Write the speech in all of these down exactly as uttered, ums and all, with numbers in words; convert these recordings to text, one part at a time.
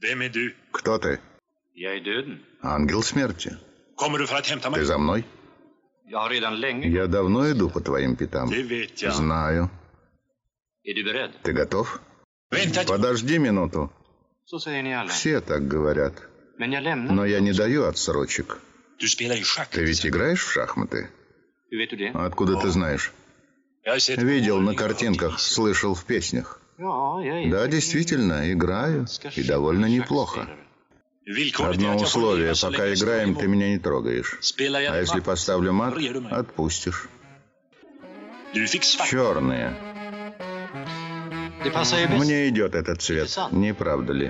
Кто ты? Ангел смерти. Ты за мной? Я давно иду по твоим пятам. Знаю. Ты готов? Подожди минуту. Все так говорят. Но я не даю отсрочек. Ты ведь играешь в шахматы? Откуда ты знаешь? Видел на картинках, слышал в песнях. Да, действительно, играю. И довольно неплохо. Одно условие. Пока играем, ты меня не трогаешь. А если поставлю мат, отпустишь. Черные. Мне идет этот цвет, не правда ли?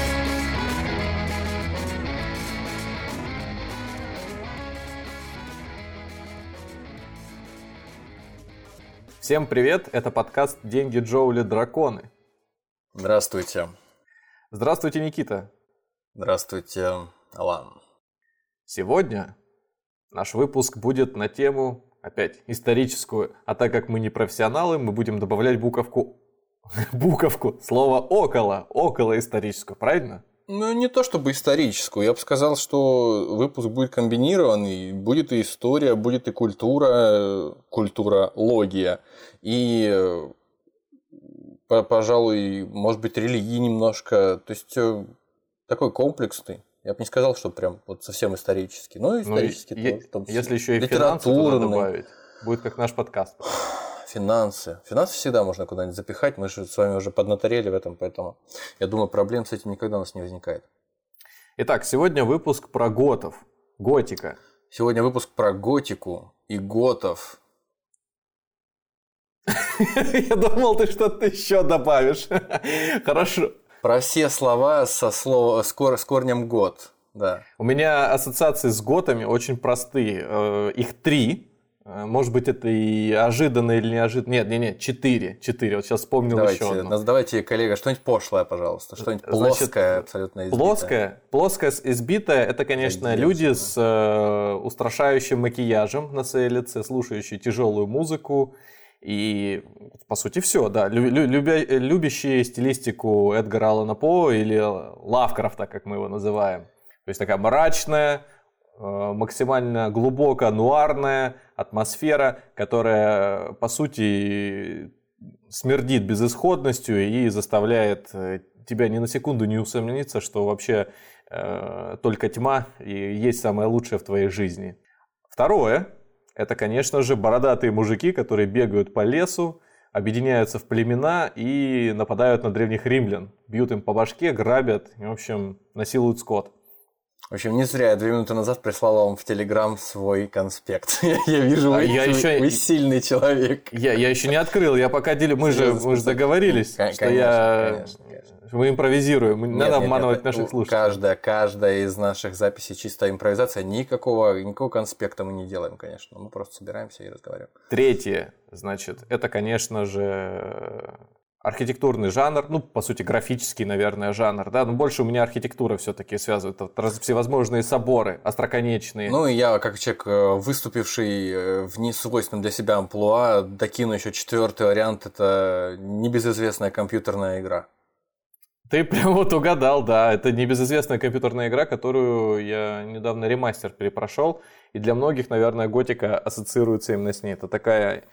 Всем привет, это подкаст «Деньги, Джоули, драконы». Здравствуйте. Здравствуйте, Никита. Здравствуйте, Алан. Сегодня наш выпуск будет на тему, опять, историческую, а так как мы не профессионалы, мы будем добавлять буковку, буковку, слово «около», около историческую, правильно? Ну, не то чтобы историческую, я бы сказал, что выпуск будет комбинированный, будет и история, будет и культура, культурология, и, пожалуй, может быть, религии немножко, то есть такой комплексный. Я бы не сказал, что прям вот совсем исторический, но исторический ну, тоже. В том числе. Если еще и финансы туда добавить, будет как наш подкаст. Финансы. Финансы всегда можно куда-нибудь запихать. Мы же с вами уже поднаторели в этом, поэтому я думаю, проблем с этим никогда у нас не возникает. Итак, сегодня выпуск про готов. Готика. Сегодня выпуск про готику и готов. Я думал, ты что-то еще добавишь. Хорошо. Про все слова со слова, с корнем год. Да. У меня ассоциации с готами очень простые. Их три. Может быть, это и ожиданно или неожиданно. Нет, нет, нет, четыре. Четыре. Вот сейчас вспомнил давайте, еще одно. Давайте, коллега, что-нибудь пошлое, пожалуйста. Что-нибудь плоское, значит, абсолютно избитое. Плоское, плоское, избитое. Это, конечно, это люди с э, устрашающим макияжем на своей лице, слушающие тяжелую музыку. И, по сути, все, да. Любя, любящие стилистику Эдгара Аллана По или Лавкрафта, как мы его называем. То есть такая мрачная, максимально глубокая, нуарная атмосфера, которая, по сути, смердит безысходностью и заставляет тебя ни на секунду не усомниться, что вообще э, только тьма и есть самое лучшее в твоей жизни. Второе. Это, конечно же, бородатые мужики, которые бегают по лесу, объединяются в племена и нападают на древних римлян. Бьют им по башке, грабят и, в общем, насилуют скот. В общем, не зря я две минуты назад прислал вам в Телеграм свой конспект. Я вижу, а вы, я вы, еще... вы сильный человек. Я, я еще не открыл, я пока делю... Мы же, мы же договорились, конечно, что я... Конечно, конечно. Мы импровизируем, не надо нет, обманывать нет, наших слушателей. Каждая, каждая из наших записей чистая импровизация, никакого, никакого конспекта мы не делаем, конечно. Мы просто собираемся и разговариваем. Третье, значит, это, конечно же... архитектурный жанр, ну, по сути, графический, наверное, жанр, да, но больше у меня архитектура все-таки связывает, всевозможные соборы, остроконечные. Ну, и я, как человек, выступивший в несвойственном для себя амплуа, докину еще четвертый вариант, это небезызвестная компьютерная игра. Ты прям вот угадал, да, это небезызвестная компьютерная игра, которую я недавно ремастер перепрошел, и для многих, наверное, готика ассоциируется именно с ней. Это такая...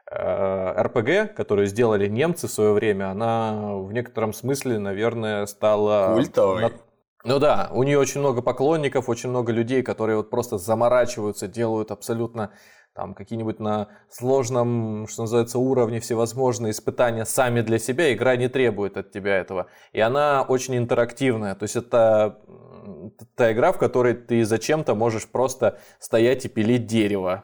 эр пи джи, которую сделали немцы в свое время, она в некотором смысле, наверное, стала... культовой. Ну да, у нее очень много поклонников, очень много людей, которые вот просто заморачиваются, делают абсолютно там какие-нибудь на сложном, что называется, уровне всевозможные испытания сами для себя. Игра не требует от тебя этого. И она очень интерактивная. То есть это та игра, в которой ты зачем-то можешь просто стоять и пилить дерево.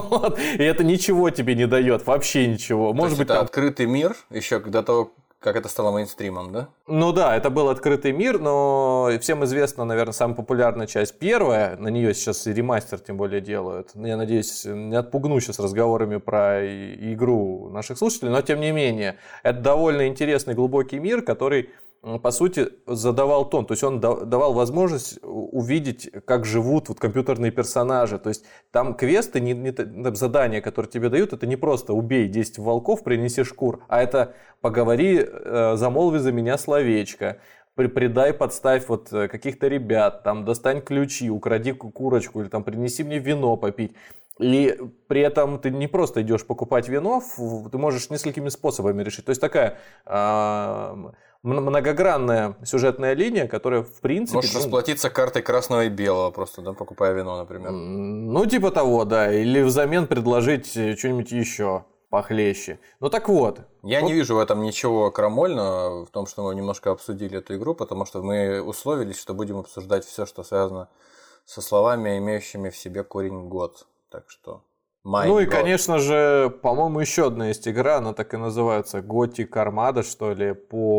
И это ничего тебе не дает, вообще ничего. Может быть, это открытый мир еще до того, как это стало мейнстримом, да? Ну да, это был открытый мир, но всем известна, наверное, самая популярная часть первая. На нее сейчас и ремастер тем более делают. Я надеюсь, не отпугну сейчас разговорами про игру наших слушателей, но тем не менее, это довольно интересный глубокий мир, который по сути, задавал тон. То есть он давал возможность увидеть, как живут вот компьютерные персонажи. То есть там квесты, не, не, задания, которые тебе дают, это не просто убей десять волков, принеси шкур, а это поговори, замолви за меня словечко, придай, подставь вот каких-то ребят, там, достань ключи, укради курочку, или там, принеси мне вино попить. И при этом ты не просто идешь покупать вино, ты можешь несколькими способами решить. То есть такая э, многогранная сюжетная линия, которая в принципе... Можешь ну, расплатиться картой красного и белого просто, да, покупая вино, например. Ну, типа того, да. Или взамен предложить что-нибудь еще похлеще. Ну так вот. Я вот... не вижу в этом ничего крамольного, в том, что мы немножко обсудили эту игру, потому что мы условились, что будем обсуждать все, что связано со словами, имеющими в себе корень «год». Так что... My ну God. И, конечно же, по-моему, еще одна есть игра, она так и называется Gothic Armada, что ли,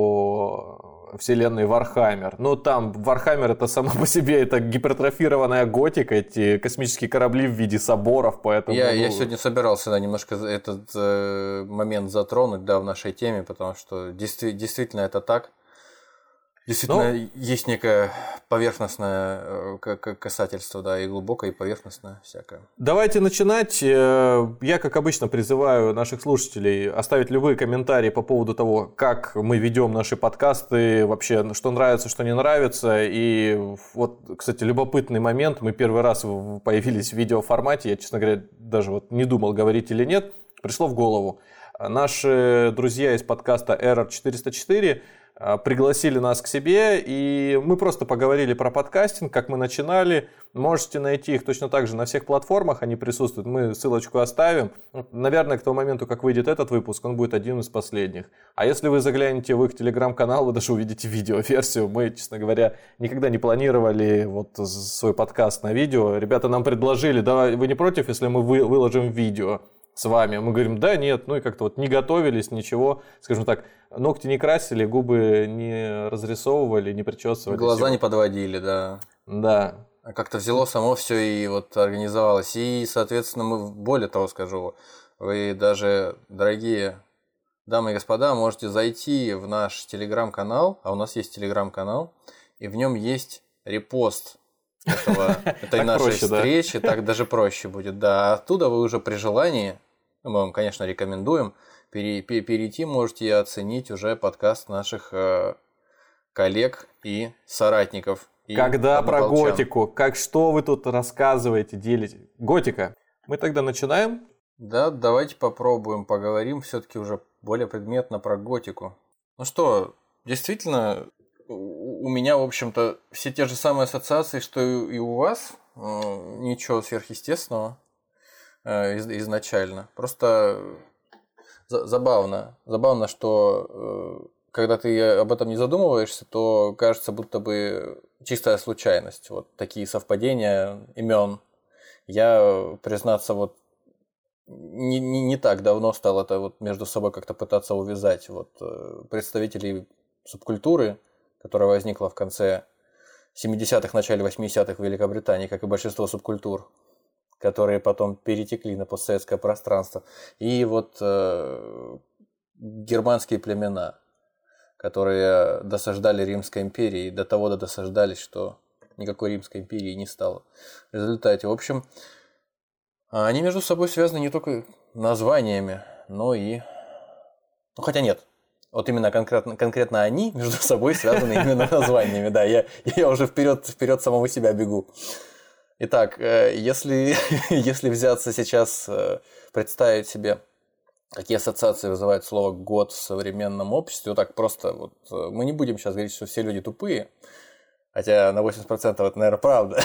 по вселенной Warhammer. Ну, там Warhammer это само по себе, это гипертрофированная готика, эти космические корабли в виде соборов, поэтому... Я, ну... я сегодня собирался, да, немножко этот э, момент затронуть, да, в нашей теме, потому что действи- действительно это так. Действительно, ну, есть некое поверхностное касательство, да, и глубокое, и поверхностное всякое. Давайте начинать. Я, как обычно, призываю наших слушателей оставить любые комментарии по поводу того, как мы ведем наши подкасты, вообще, что нравится, что не нравится. И вот, кстати, любопытный момент. Мы первый раз появились в видеоформате. Я, честно говоря, даже вот не думал, говорить или нет. Пришло в голову. Наши друзья из подкаста Error четыреста четыре пригласили нас к себе, и мы просто поговорили про подкастинг, как мы начинали. Можете найти их точно так же на всех платформах, они присутствуют. Мы ссылочку оставим. Наверное, к тому моменту, как выйдет этот выпуск, он будет один из последних. А если вы заглянете в их телеграм-канал, вы даже увидите видеоверсию. Мы, честно говоря, никогда не планировали вот свой подкаст на видео. Ребята нам предложили, да, вы не против, если мы выложим видео с вами? Мы говорим, да, нет, ну и как-то вот не готовились, ничего, скажем так, ногти не красили, губы не разрисовывали, не причесывали. Глаза всего. не подводили, да. Да. А как-то взяло само все и вот организовалось. И, соответственно, мы, более того скажу, вы даже, дорогие дамы и господа, можете зайти в наш телеграм-канал, а у нас есть телеграм-канал, и в нем есть репост этого, этой нашей проще, встречи, да? Так даже проще будет, да. Оттуда вы уже при желании, мы вам, конечно, рекомендуем, пере, перейти можете и оценить уже подкаст наших э, коллег и соратников. И Когда про готику, как что вы тут рассказываете, делите? Готика. Мы тогда начинаем? Да, давайте попробуем, поговорим все-таки уже более предметно про готику. Ну что, действительно... У меня, в общем-то, все те же самые ассоциации, что и у вас. Ничего сверхъестественного изначально. Просто забавно. Забавно, что когда ты об этом не задумываешься, то кажется, будто бы чистая случайность. Вот такие совпадения имен. Я, признаться, вот не, не, не так давно стал это вот между собой как-то пытаться увязать. Вот представителей субкультуры, которая возникла в конце семидесятых, начале восьмидесятых в Великобритании, как и большинство субкультур, которые потом перетекли на постсоветское пространство. И вот э, германские племена, которые досаждали Римской империи, и до того досаждались, что никакой Римской империи не стало. В результате, в общем, они между собой связаны не только названиями, но и... Ну, хотя нет. Вот именно конкретно, конкретно они между собой связаны именно названиями. Да, я, я уже вперед, вперед самого себя бегу. Итак, если, если взяться сейчас, представить себе, какие ассоциации вызывает слово «год» в современном обществе, вот так просто, вот, мы не будем сейчас говорить, что все люди тупые, хотя на восемьдесят процентов это, наверное, правда.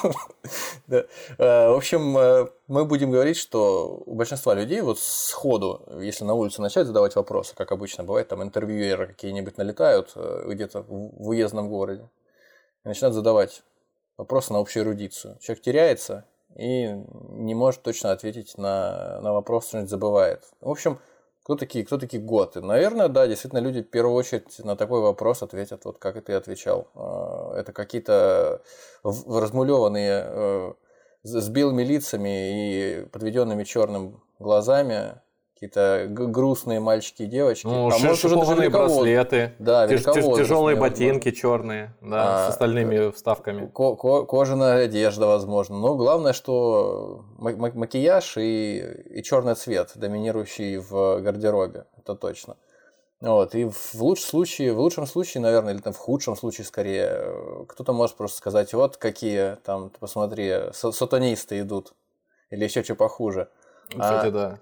В общем, мы будем говорить, что у большинства людей вот сходу, если на улице начать задавать вопросы, как обычно бывает, там интервьюеры какие-нибудь налетают где-то в уездном городе и начинают задавать вопросы на общую эрудицию. Человек теряется и не может точно ответить на, на вопрос, что-нибудь забывает. В общем, Кто такие, кто такие готы? Наверное, да, действительно, люди в первую очередь на такой вопрос ответят, вот как и ты отвечал. Это какие-то размулеванные с белыми лицами и подведенными черным глазами, какие-то грустные мальчики и девочки. Ну, а может, уже даже браслеты, да, тяж- тяжелые ботинки черные, да, а, с остальными вставками. Ко- ко- кожаная одежда, возможно. Но главное, что макияж и, и черный цвет, доминирующий в гардеробе. Это точно. Вот, и в лучшем случае, в лучшем случае, наверное, или там в худшем случае скорее, кто-то может просто сказать, вот какие там, ты посмотри, сатанисты идут, или еще что похуже. Кстати, а, да.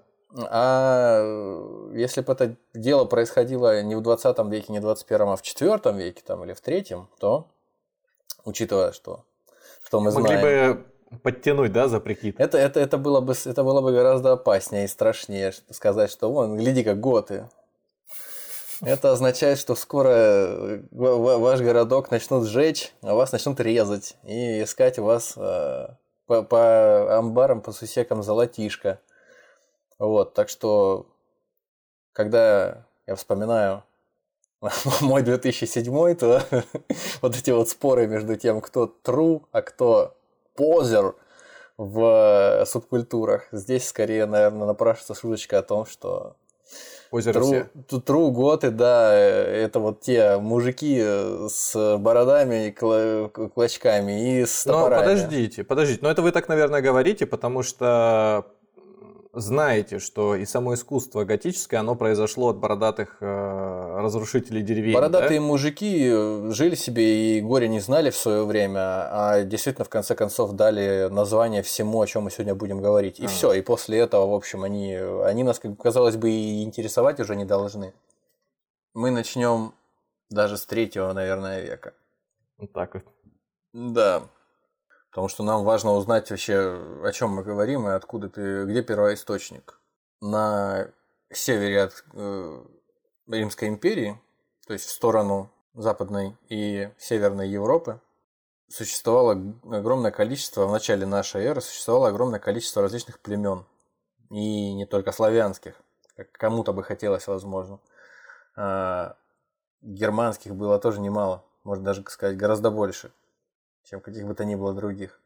А если бы это дело происходило не в двадцатом веке, не в двадцать первом, а в четвёртом веке там, или в третьем, то, учитывая, что, что мы Могли знаем... бы подтянуть, да, за прикид? Это, это, это, было бы, это было бы гораздо опаснее и страшнее сказать, что вон, гляди-ка, готы. Это означает, что скоро ваш городок начнут сжечь, а вас начнут резать и искать вас по, по амбарам, по сусекам золотишко. Вот, так что, когда я вспоминаю мой две тысячи седьмой, то вот эти вот споры между тем, кто true, а кто позер в субкультурах, здесь скорее, наверное, напрашивается шуточка о том, что True, true готы, да, это вот те мужики с бородами и клочками и с топорами. Но подождите, подождите, но это вы так, наверное, говорите, потому что знаете, что и само искусство готическое, оно произошло от бородатых э, разрушителей деревень. Бородатые да? мужики жили себе и горе не знали в свое время, а действительно в конце концов дали название всему, о чем мы сегодня будем говорить. И а. все. И после этого, в общем, они, они нас, как казалось бы, и интересовать уже не должны. Мы начнем даже с третьего, наверное, века. Вот так вот. Да. Потому что нам важно узнать вообще, о чем мы говорим и откуда ты, где первоисточник. На севере от э, Римской империи, то есть в сторону Западной и Северной Европы, существовало огромное количество, в начале нашей эры существовало огромное количество различных племен. И не только славянских, как кому-то бы хотелось, возможно. А германских было тоже немало, можно даже сказать, гораздо больше, чем каких бы то ни было других.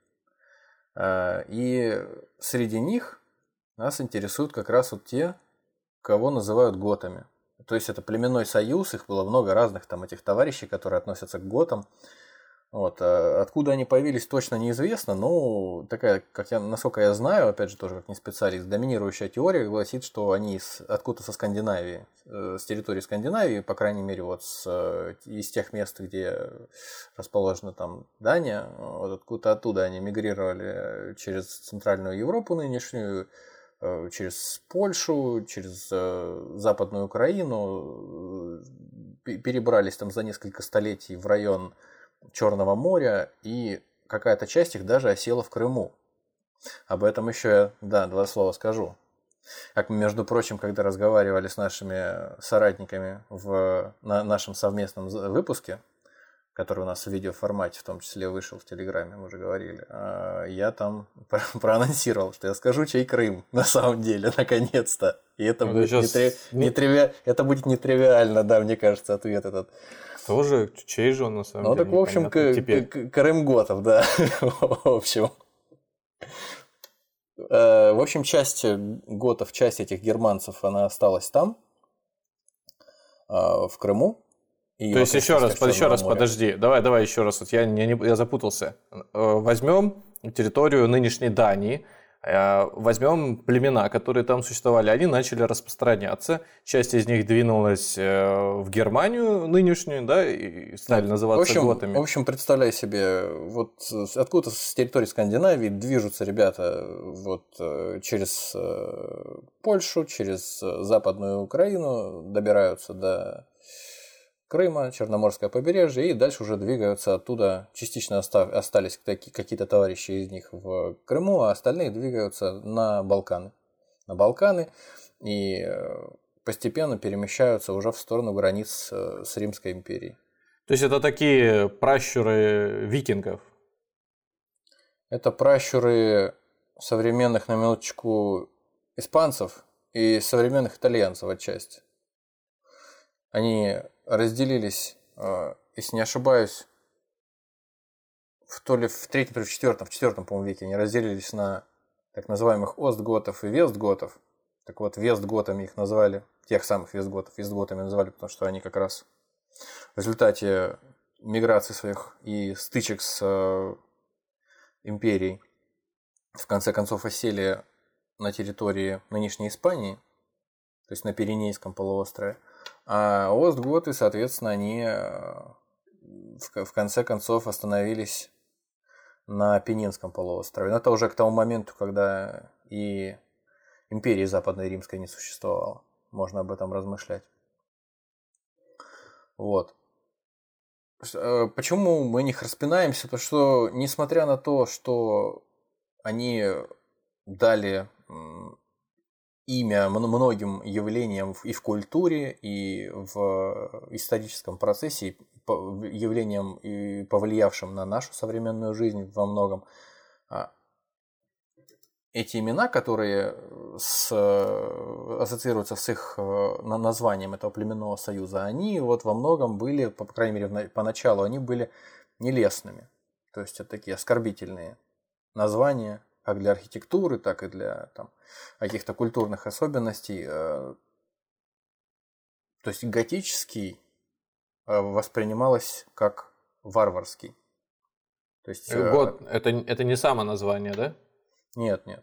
И среди них нас интересуют как раз вот те, кого называют готами. То есть это племенной союз, их было много разных там этих товарищей, которые относятся к готам. Вот. Откуда они появились, точно неизвестно, но такая, как я, насколько я знаю, опять же, тоже как не специалист, доминирующая теория гласит, что они из, откуда-то со Скандинавии, с территории Скандинавии, по крайней мере, вот с, из тех мест, где расположена там Дания, вот откуда-то оттуда они мигрировали через Центральную Европу нынешнюю, через Польшу, через Западную Украину, перебрались там за несколько столетий в район Черного моря, и какая-то часть их даже осела в Крыму. Об этом еще я, да, два слова скажу. Как мы, между прочим, когда разговаривали с нашими соратниками в на нашем совместном выпуске, который у нас в видеоформате в том числе вышел в Телеграме, мы уже говорили, я там проанонсировал, что я скажу, чей Крым на самом деле, наконец-то. И это, ну, будет, нетри... не... Нетриви... это будет нетривиально, да, мне кажется, ответ этот. Тоже, чей же он на самом ну, деле? Ну, так, в общем, к- Крым Готов, да, в общем. В общем, часть готов, часть этих германцев, она осталась там, в Крыму. И То есть, еще раз, под, еще раз подожди, давай, давай еще раз, вот я, я, не, я запутался. Возьмем территорию нынешней Дании, возьмем племена, которые там существовали, они начали распространяться, часть из них двинулась в Германию нынешнюю, да, и стали называться в общем, готами. В общем, представляй себе, вот откуда-то с территории Скандинавии движутся ребята вот через Польшу, через Западную Украину, добираются до Крыма, Черноморское побережье, и дальше уже двигаются оттуда. Частично остались какие-то товарищи из них в Крыму, а остальные двигаются на Балканы. На Балканы и постепенно перемещаются уже в сторону границ с Римской империей. То есть это такие пращуры викингов? Это пращуры современных, на минуточку, испанцев и современных итальянцев отчасти. Они разделились, если не ошибаюсь, в то ли в третьем, то ли в четвертом, в четвертом, по-моему, веке они разделились на так называемых остготов и вестготов. Так вот, вестготами их назвали, тех самых вестготов, вестготами назвали, потому что они как раз в результате миграции своих и стычек с империей в конце концов осели на территории нынешней Испании, то есть на Пиренейском полуострове. А остготы, соответственно, они в, в конце концов остановились на Апеннинском полуострове. Но это уже к тому моменту, когда и империи Западной Римской не существовало. Можно об этом размышлять. Вот. Почему мы о них распинаемся? Потому что, несмотря на то, что они дали имя многим явлениям и в культуре, и в историческом процессе, явлениям, и повлиявшим на нашу современную жизнь во многом, эти имена, которые с, ассоциируются с их названием этого племенного союза, они вот во многом были, по крайней мере, поначалу, они были нелестными. То есть это такие оскорбительные названия, как для архитектуры, так и для там, каких-то культурных особенностей. То есть готический воспринималось как варварский. То есть, год это, это не само название, да? Нет, нет.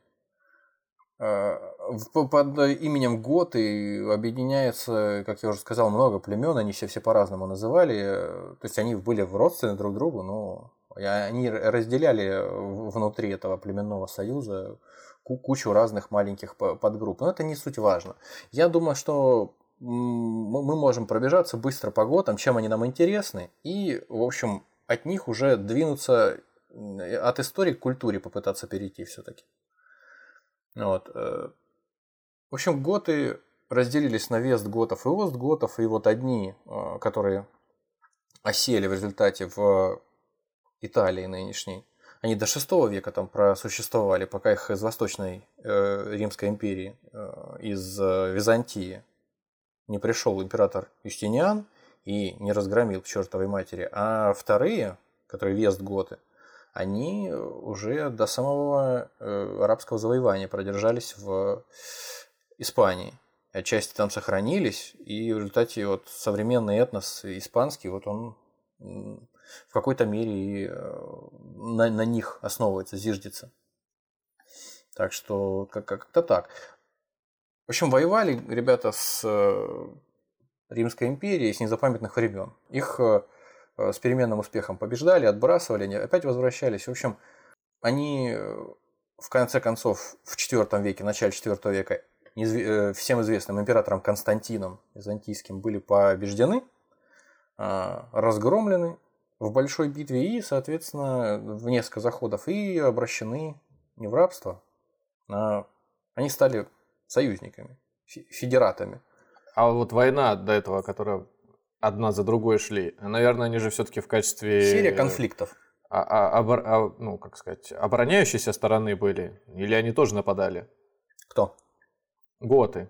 Под именем готы объединяется, как я уже сказал, много племен, они все, все по-разному называли. То есть они были родственны друг другу, но они разделяли внутри этого племенного союза кучу разных маленьких подгрупп. Но это не суть важно. Я думаю, что мы можем пробежаться быстро по готам, чем они нам интересны, и, в общем, от них уже двинуться от истории к культуре попытаться перейти все-таки. Вот. В общем, готы разделились на вестготов и остготов, и вот одни, которые осели в результате в Италии нынешней, они до шестого века там просуществовали, пока их из Восточной Римской империи, из Византии не пришел император Юстиниан и не разгромил к чертовой матери, а вторые, которые вестготы, они уже до самого арабского завоевания продержались в Испании. Отчасти там сохранились, и в результате вот современный этнос испанский, вот он в какой-то мере и на, на них основывается, зиждется. Так что как-то так. В общем, воевали ребята с Римской империей с незапамятных времен. Их с переменным успехом побеждали, отбрасывали, они опять возвращались. В общем, они в конце концов в четвёртом веке, в начале четвёртого века всем известным императором Константином Византийским были побеждены, разгромлены в большой битве и, соответственно, в несколько заходов и обращены не в рабство, а они стали союзниками, федератами. А вот война до этого, которая одна за другой шли, наверное, они же все-таки в качестве... Серия конфликтов. А, а, обор... а, ну, как сказать, обороняющейся стороны были? Или они тоже нападали? Кто? Готы.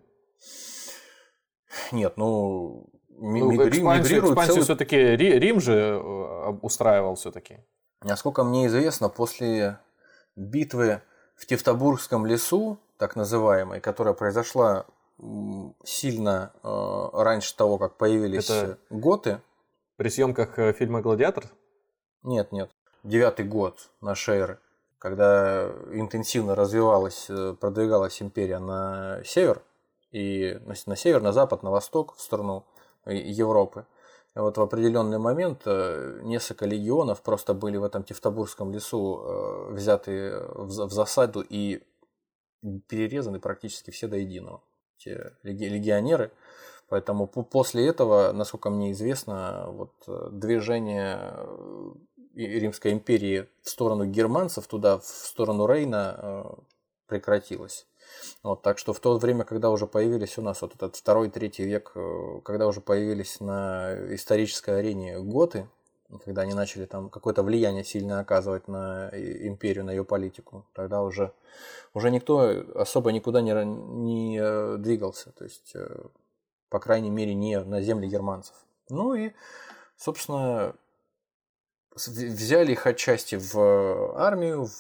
Нет, ну... ну экспансию экспансию целый... все-таки Рим же устраивал все-таки. Насколько мне известно, после битвы в Тевтобургском лесу, так называемой, которая произошла сильно э, раньше того, как появились это готы. При съемках фильма «Гладиатор»? Нет, нет. Девятый год нашей эры, когда интенсивно развивалась, продвигалась империя на север, и на север, на запад, на восток, в сторону Европы. И вот в определенный момент несколько легионов просто были в этом Тевтобургском лесу взяты в засаду и перерезаны практически все до единого. Те легионеры. Поэтому после этого, насколько мне известно, вот движение Римской империи в сторону германцев, туда, в сторону Рейна, прекратилось. Вот, так что в то время, когда уже появились у нас вот этот второй, третий век, когда уже появились на исторической арене готы, когда они начали там какое-то влияние сильно оказывать на империю, на ее политику, тогда уже, уже никто особо никуда не, не двигался, то есть, по крайней мере, не на земли германцев. Ну и, собственно, взяли их отчасти в армию, в,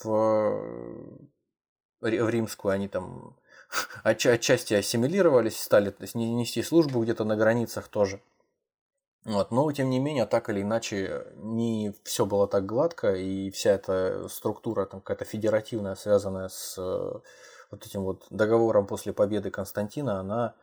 в римскую, они там отчасти ассимилировались, стали нести службу где-то на границах тоже. Вот. Но, тем не менее, так или иначе, не все было так гладко, и вся эта структура там, какая-то федеративная, связанная с вот этим вот договором после победы Константина, она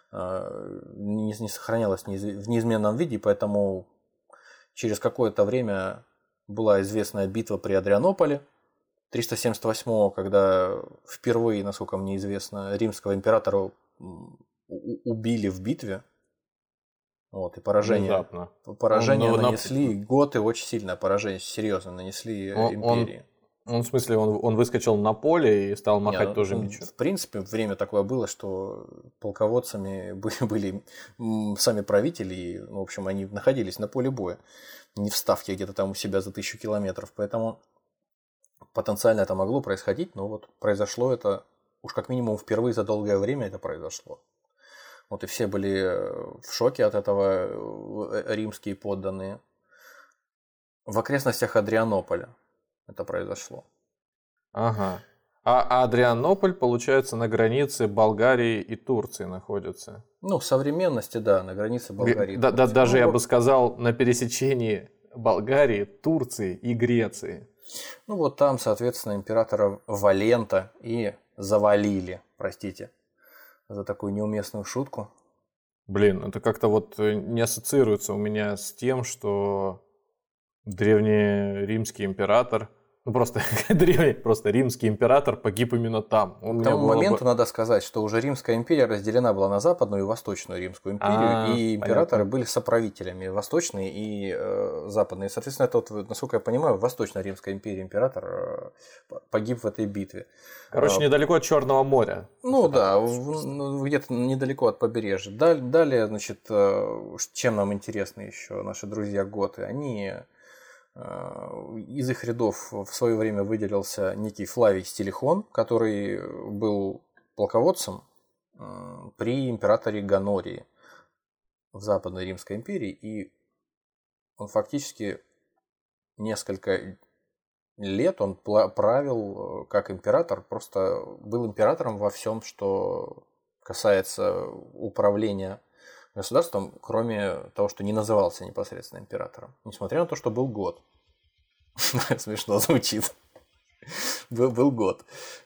не, не сохранялось в неизменном виде, поэтому через какое-то время была известная битва при Адрианополе триста семьдесят восьмого, когда впервые, насколько мне известно, римского императора убили в битве. Вот, и поражение, Внезапно. поражение он, нанесли, на... готы очень сильное поражение, серьезно нанесли он, империи. Он, он, в смысле, он, он выскочил на поле и стал махать Нет, тоже он, мечом? В принципе, время такое было, что полководцами были, были сами правители, и, в общем, они находились на поле боя, не в ставке где-то там у себя за тысячу километров, поэтому потенциально это могло происходить, но вот произошло это, уж как минимум впервые за долгое время это произошло. Вот и все были в шоке от этого, римские подданные. В окрестностях Адрианополя это произошло. Ага. А Адрианополь, получается, на границе Болгарии и Турции находится. Ну, в современности, да, на границе Болгарии и да, Турции. Да, даже, ну, я бы сказал, на пересечении Болгарии, Турции и Греции. Ну, вот там, соответственно, императора Валента и завалили, простите, за такую неуместную шутку. Блин, это как-то вот не ассоциируется у меня с тем, что древнеримский император, ну просто древний, просто римский император погиб именно там. Он К тому моменту бы... надо сказать, что уже Римская империя разделена была на Западную и Восточную Римскую империю, А-а-а, и императоры понятно. Были соправителями Восточной и э, Западной. Соответственно, это, вот, насколько я понимаю, Восточная Римская империя император э, погиб в этой битве. Короче, а, недалеко от Черного моря. Ну да, в, где-то недалеко от побережья. Далее, значит, э, чем нам интересны еще наши друзья готы? Они... Из их рядов в свое время выделился некий Флавий Стилихон, который был полководцем при императоре Гонории в Западной Римской империи, и он фактически несколько лет он правил как император, просто был императором во всем, что касается управления государством, кроме того, что не назывался непосредственно императором. Несмотря на то, что был год. Смешно звучит. был, был год.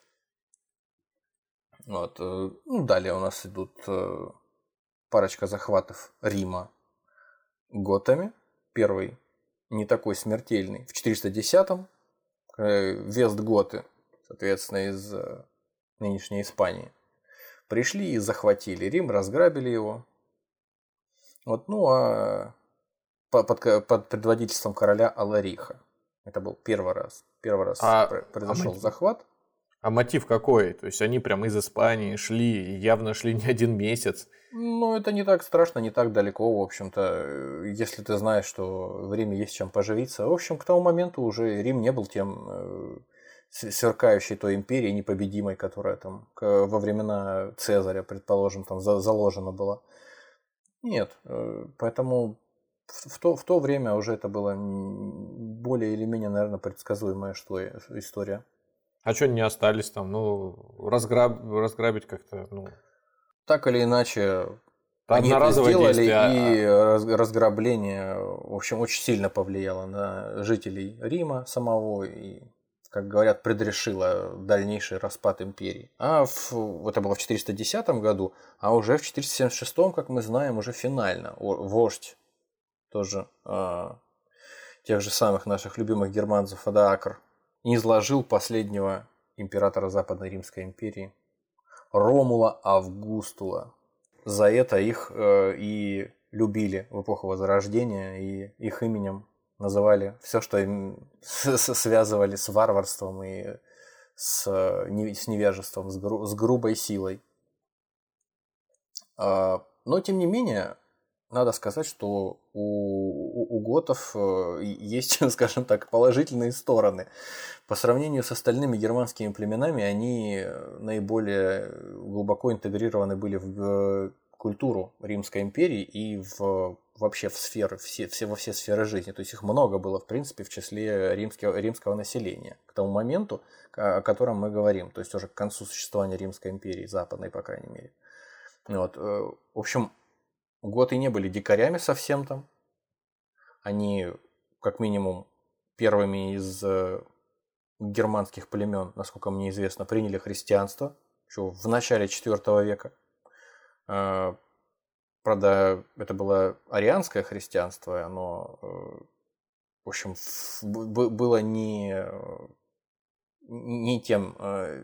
Вот. Ну, далее у нас идут парочка захватов Рима готами. Первый не такой смертельный. В четыреста десятом вестготы, соответственно, из нынешней Испании, пришли и захватили Рим, разграбили его. Вот, ну, а под, под предводительством короля Алариха. Это был первый раз. Первый раз а, произошел а захват. А мотив какой? То есть они прям из Испании шли, явно шли не один месяц. Ну, это не так страшно, не так далеко, в общем-то, если ты знаешь, что в Риме есть чем поживиться. В общем, к тому моменту уже Рим не был тем сверкающей той империей непобедимой, которая там во времена Цезаря, предположим, там заложена была. Нет, поэтому в то, в то время уже это была более или менее, наверное, предсказуемая история. А что они не остались там? Ну, разграб... разграбить как-то, ну... Так или иначе, они это сделали, и разграбление, в общем, очень сильно повлияло на жителей Рима самого, и, как говорят, предрешило дальнейший распад империи. А в, это было в четыреста десятом году, а уже в четыреста семьдесят шестом, как мы знаем, уже финально вождь тоже а, тех же самых наших любимых германцев Оdoакр низложил последнего императора Западной Римской империи Ромула Августула. За это их э, и любили в эпоху Возрождения, и их именем называли все, что им связывали с варварством и с, с невежеством, с, гру, с грубой силой. А, но, тем не менее, надо сказать, что у, у, у готов есть, скажем так, положительные стороны. По сравнению с остальными германскими племенами, они наиболее глубоко интегрированы были в культуру Римской империи и в, вообще в сферы, все, все, во все сферы жизни. То есть их много было, в принципе, в числе римского, римского населения к тому моменту, о котором мы говорим, то есть уже к концу существования Римской империи, западной, по крайней мере. Вот. В общем, готы не были дикарями совсем там. Они, как минимум, первыми из германских племен, насколько мне известно, приняли христианство еще в начале четвёртого века. правда, это было арианское христианство, оно, в общем, было не, не тем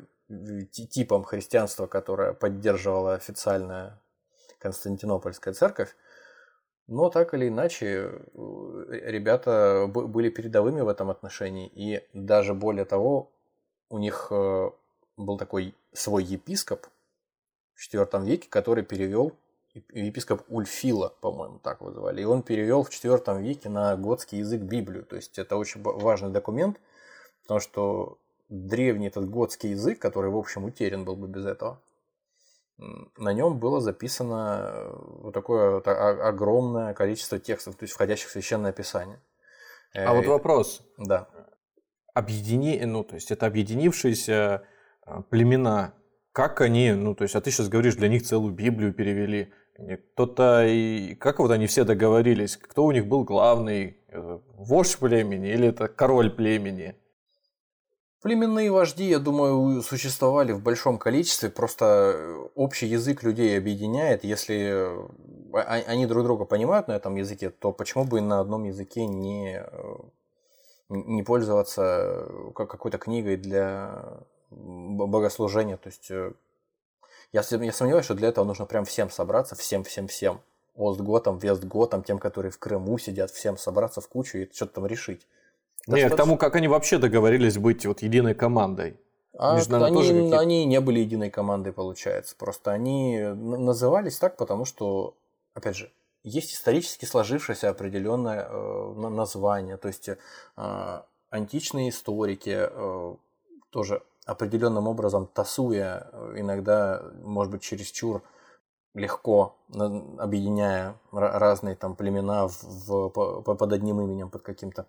типом христианства, которое поддерживала официальная Константинопольская церковь. Но так или иначе, ребята были передовыми в этом отношении. И даже более того, у них был такой свой епископ в четвёртом веке, который перевел, епископ Ульфила, по-моему, так его звали. И он перевел в четвёртом веке на готский язык Библию. То есть это очень важный документ, потому что древний этот готский язык, который, в общем, утерян был бы без этого, на нем было записано вот такое вот огромное количество текстов, то есть входящих в Священное Писание. А вот вопрос. Да. Объедини... Ну, то есть это объединившиеся племена. Как они, ну, то есть, а ты сейчас говоришь, для них целую Библию перевели. Кто-то и... Как вот они все договорились? Кто у них был главный? Вождь племени или это король племени? Племенные вожди, я думаю, существовали в большом количестве, просто общий язык людей объединяет. Если они друг друга понимают на этом языке, то почему бы на одном языке не, не пользоваться какой-то книгой для богослужения? То есть я, я сомневаюсь, что для этого нужно прям всем собраться, всем-всем-всем. Остготам, Вестготам, тем, которые в Крыму сидят, всем собраться в кучу и что-то там решить. Нет, к тому, как они вообще договорились быть вот единой командой. А Между, они, тоже они не были единой командой, получается. Просто они назывались так, потому что, опять же, есть исторически сложившееся определенное э, название. То есть э, античные историки э, тоже определенным образом тасуя, иногда, может быть, чересчур легко объединяя разные там племена в, в, под одним именем, под каким-то,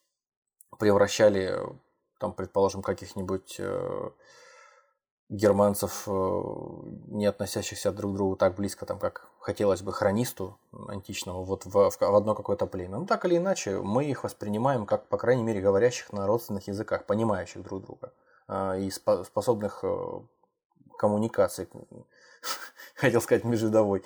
превращали, там, предположим, каких-нибудь э, германцев, э, не относящихся друг к другу так близко, там, как хотелось бы хронисту античному, вот в, в одно какое-то племя. Ну, так или иначе, мы их воспринимаем как, по крайней мере, говорящих на родственных языках, понимающих друг друга э, и спо- способных э, коммуникаций. Хотел сказать, межвидовой.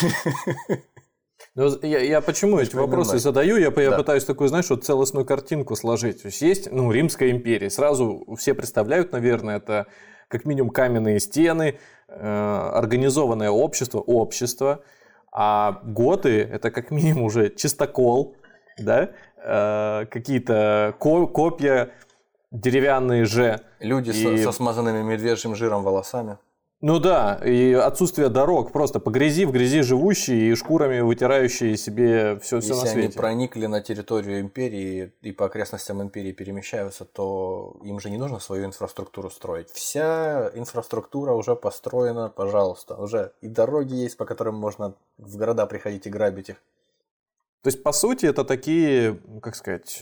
Ну, я, я почему эти вопросы задаю? Я, я да. пытаюсь такую, знаешь, вот целостную картинку сложить. То есть есть, ну, Римская империя. Сразу все представляют, наверное, это как минимум каменные стены, э, организованное общество, общество. А готы – это как минимум уже чистокол, да? э, какие-то ко- копья деревянные же. Люди и... со, со смазанными медвежьим жиром волосами. Ну да, и отсутствие дорог, просто по грязи, в грязи живущие и шкурами вытирающие себе все, все на свете. Если они проникли на территорию империи и по окрестностям империи перемещаются, то им же не нужно свою инфраструктуру строить. Вся инфраструктура уже построена, пожалуйста. Уже и дороги есть, по которым можно в города приходить и грабить их. То есть, по сути, это такие, как сказать,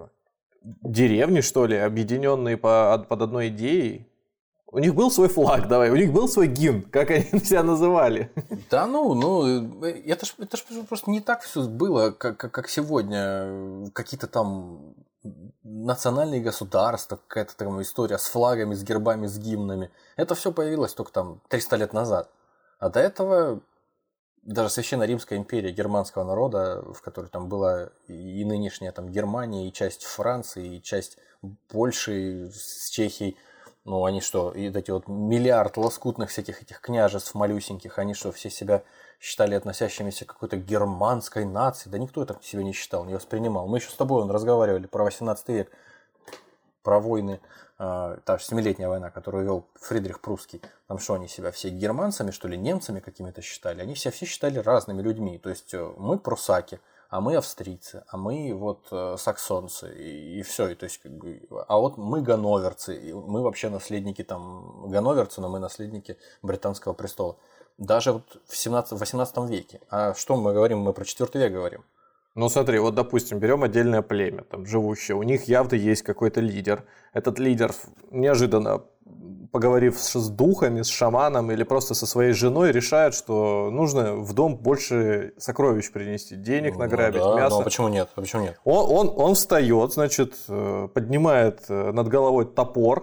деревни, что ли, объединенные под одной идеей? У них был свой флаг, давай, у них был свой гимн, как они себя называли. Да, ну, ну, это ж, это ж просто не так все было, как, как сегодня. Какие-то там национальные государства, какая-то там история с флагами, с гербами, с гимнами. Это все появилось только там триста лет назад. А до этого даже Священная Римская империя германского народа, в которой там была и нынешняя там Германия, и часть Франции, и часть Польши с Чехией. Ну, они что, и эти вот миллиард лоскутных всяких этих княжеств малюсеньких, они что, все себя считали относящимися к какой-то германской нации? Да никто так себя не считал, не воспринимал. Мы еще с тобой разговаривали про восемнадцатый век, про войны, э, та же Семилетняя война, которую вел Фридрих Прусский. Там что, они себя все германцами, что ли, немцами какими-то считали? Они себя все считали разными людьми. То есть мы прусаки, а мы австрийцы, а мы вот э, саксонцы, и, и все. И, то есть, как бы, а вот мы ганноверцы, и мы вообще наследники там ганноверцы, но мы наследники британского престола. Даже вот в семнадцатом, восемнадцатом веке. А что мы говорим? Мы про четвёртый век говорим. Ну смотри, вот допустим, берем отдельное племя, там, живущее, у них явно есть какой-то лидер. Этот лидер неожиданно, поговорив с духами, с шаманом или просто со своей женой, решает, что нужно в дом больше сокровищ принести, денег награбить, ну, да, мясо. Ну, а почему нет? А почему нет? Он, он, он встает, значит, поднимает над головой топор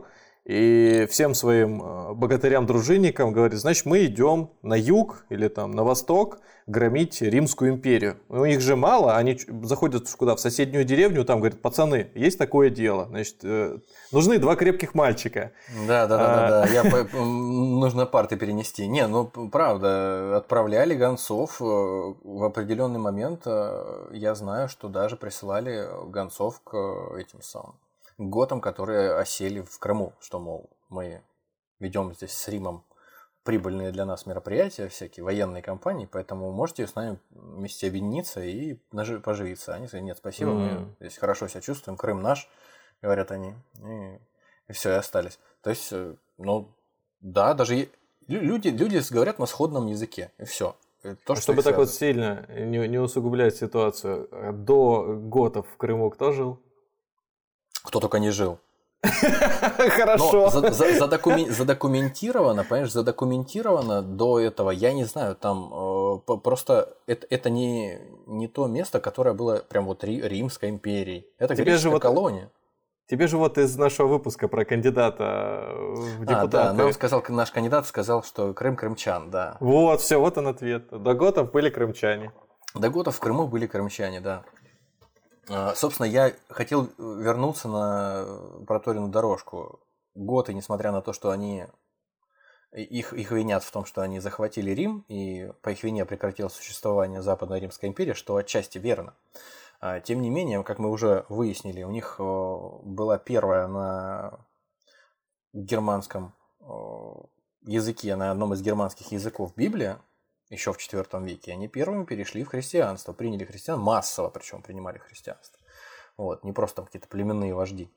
и всем своим богатырям-дружинникам говорит, значит, мы идем на юг или там на восток громить Римскую империю. У них же мало, они заходят куда? В соседнюю деревню, там говорят, пацаны, есть такое дело, значит, нужны два крепких мальчика. Да, да, да, да, да. Я нужно парты перенести. Не, ну правда, отправляли гонцов в определенный момент. Я знаю, что даже присылали гонцов к этим самым готам, которые осели в Крыму, что, мол, мы ведем здесь с Римом прибыльные для нас мероприятия, всякие военные кампании, поэтому можете с нами вместе объединиться и поживиться. Они говорят, нет, спасибо, mm-hmm. мы здесь хорошо себя чувствуем, Крым наш, говорят они, и, и все, и остались. То есть, ну, да, даже люди, люди говорят на сходном языке, и все. То, что Чтобы так связывает. Вот сильно не, не усугублять ситуацию, до готов в Крыму кто жил? Кто только не жил. Хорошо. За, за, задокумен, задокументировано, понимаешь, задокументировано до этого, я не знаю, там э, просто это, это не, не то место, которое было прям вот Ри, Римской империей. Это тебе греческая вот, колония. Тебе же вот из нашего выпуска про кандидата в депутаты. А, да, нам сказал, наш кандидат сказал, что Крым крымчан, да. Вот, все, вот он ответ. До готов были крымчане. До готов в Крыму были крымчане, да. Собственно, я хотел вернуться на проторенную дорожку. Готы, несмотря на то, что они их, их винят в том, что они захватили Рим, и по их вине прекратило существование Западной Римской империи, что отчасти верно. Тем не менее, как мы уже выяснили, у них была первая на германском языке, на одном из германских языков Библия, еще в четвёртом веке, они первыми перешли в христианство, приняли христиан, массово причем принимали христианство. Вот, не просто там какие-то племенные вожди.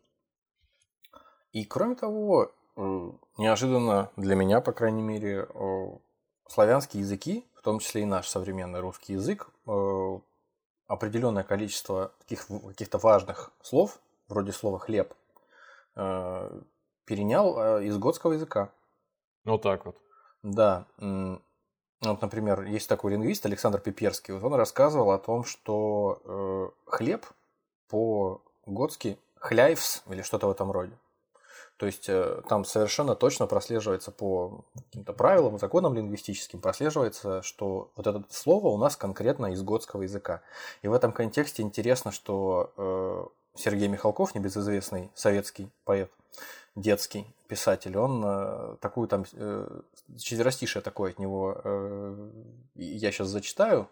И кроме того, неожиданно для меня, по крайней мере, славянские языки, в том числе и наш современный русский язык, определенное количество таких каких-то важных слов, вроде слова «хлеб», перенял из готского языка. Вот так вот. Да. Вот, например, есть такой лингвист Александр Пиперский, вот он рассказывал о том, что э, хлеб по-готски хляйвс или что-то в этом роде. То есть э, там совершенно точно прослеживается по каким-то правилам, законам лингвистическим, прослеживается, что вот это слово у нас конкретно из готского языка. И в этом контексте интересно, что э, Сергей Михалков, небезызвестный советский поэт, детский писатель, он э, такую там э, четверостишее такое от него, э, я сейчас зачитаю.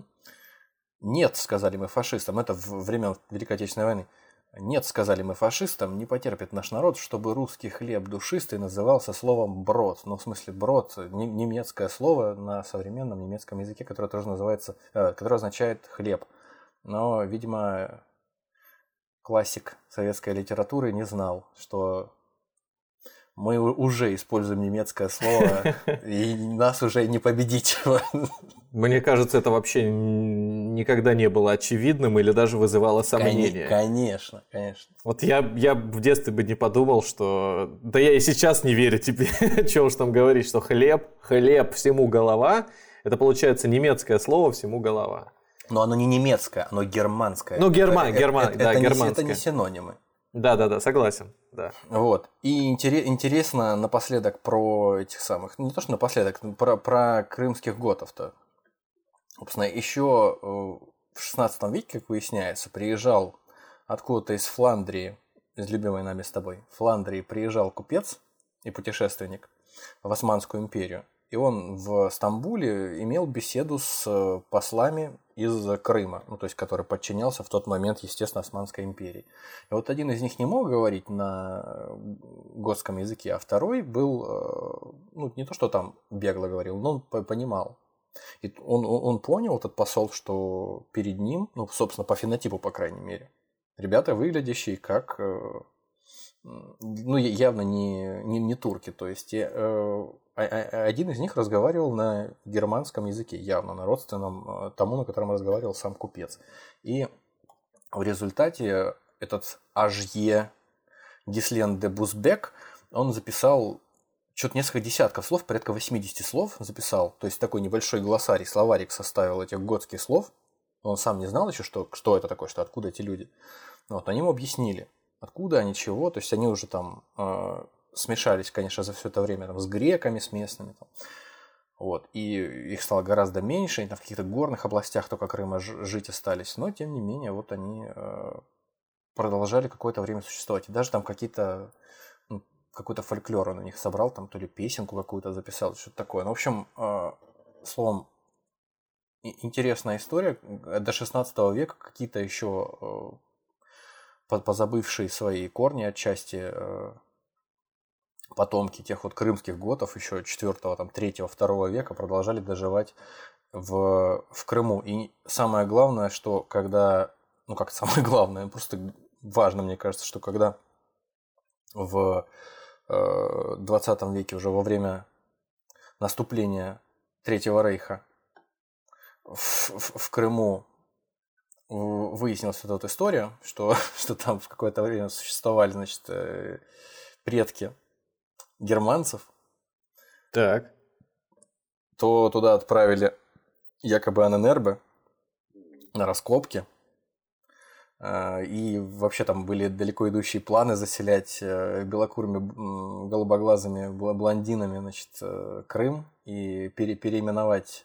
«Нет, — сказали мы фашистам», это в время Великой Отечественной войны, «нет, — сказали мы фашистам, — не потерпит наш народ, чтобы русский хлеб душистый назывался словом брод». Ну, в смысле, брод — немецкое слово на современном немецком языке, которое тоже называется, э, которое означает хлеб. Но, видимо, классик советской литературы не знал, что мы уже используем немецкое слово, и нас уже не победить. Мне кажется, это вообще никогда не было очевидным или даже вызывало сомнения. Конечно, конечно. Вот я, я в детстве бы не подумал, что... Да я и сейчас не верю тебе, что уж там говорить, что хлеб, хлеб всему голова, это получается немецкое слово всему голова. Но оно не немецкое, оно германское. Ну, герман, герман, это, да, это германское. Не, это не синонимы. Да-да-да, согласен. Да. Вот. И интересно напоследок про этих самых, не то что напоследок, про, про крымских готов-то. Собственно, еще в шестнадцатом веке, как выясняется, приезжал откуда-то из Фландрии, из любимой нами с тобой, Фландрии приезжал купец и путешественник в Османскую империю. И он в Стамбуле имел беседу с послами из Крыма, ну, то есть, который подчинялся в тот момент, естественно, Османской империи. И вот один из них не мог говорить на готском языке, а второй был, ну, не то, что там бегло говорил, но он понимал. И он, он понял, этот посол, что перед ним, ну, собственно, по фенотипу, по крайней мере, ребята, выглядящие как, ну, явно не, не, не турки, то есть... Один из них разговаривал на германском языке, явно на родственном тому, на котором разговаривал сам купец. И в результате этот Ажье Гислен де Бузбек, он записал что-то несколько десятков слов, порядка восемьдесят слов записал. То есть такой небольшой глоссарий, словарик составил этих готских слов. Он сам не знал еще, что, что это такое, что откуда эти люди. Вот, они ему объяснили, откуда они, чего. То есть они уже там... смешались, конечно, за все это время там, с греками, с местными. Там. Вот. И их стало гораздо меньше, они там в каких-то горных областях только Крыма жить остались. Но, тем не менее, вот они продолжали какое-то время существовать. И даже там какие-то, ну, какой-то фольклор он у них собрал, там то ли песенку какую-то записал, что-то такое. Ну, в общем, словом, интересная история. До шестнадцатого века какие-то еще позабывшие свои корни отчасти потомки тех вот крымских готов еще четвёртого, там, третьего, второго века продолжали доживать в, в Крыму. И самое главное, что когда, ну как самое главное, просто важно, мне кажется, что когда в двадцатом веке, уже во время наступления Третьего Рейха в, в, в Крыму выяснилась вот эта история, что, что там в какое-то время существовали, значит, предки германцев, так. то туда отправили якобы Анненербе на раскопки. И вообще там были далеко идущие планы заселять белокурыми, голубоглазыми блондинами, значит, Крым и пере- переименовать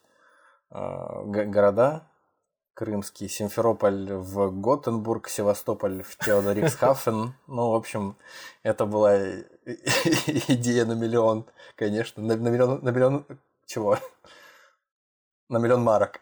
города крымский, Симферополь в Готенбург, Севастополь в Теодориксхафен. Ну, в общем, это была идея на миллион, конечно. На, на миллион... На миллион... Чего? На миллион марок.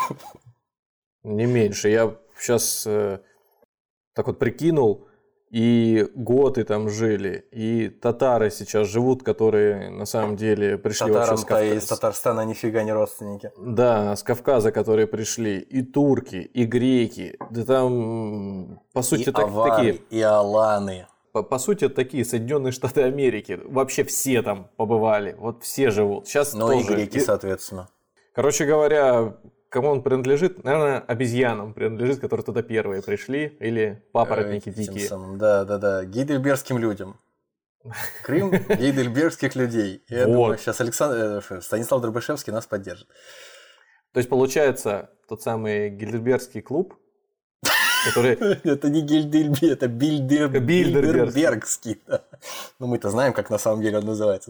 Не меньше. Я сейчас э, так вот прикинул, и готы там жили, и татары сейчас живут, которые на самом деле пришли вообще с Кавказа. Татарам-то из Татарстана нифига не родственники. Да, с Кавказа, которые пришли, и турки, и греки, да там, по сути, и так, авары, такие... и аланы. По, по сути, такие Соединенные Штаты Америки, вообще все там побывали, вот все живут. Сейчас ну тоже. И греки, соответственно. Короче говоря... Кому он принадлежит? Наверное, обезьянам принадлежит, которые туда первые пришли, или папоротники Этим дикие. Самым, да, да, да. Гейдельбергским людям. Крым гейдельбергских людей. Я вот. думаю, сейчас Александр, Станислав Дробышевский нас поддержит. То есть, получается, тот самый гейдельбергский клуб, который... Это не Гейдельберг, это Бильдербергский. Ну, мы-то знаем, как на самом деле он называется.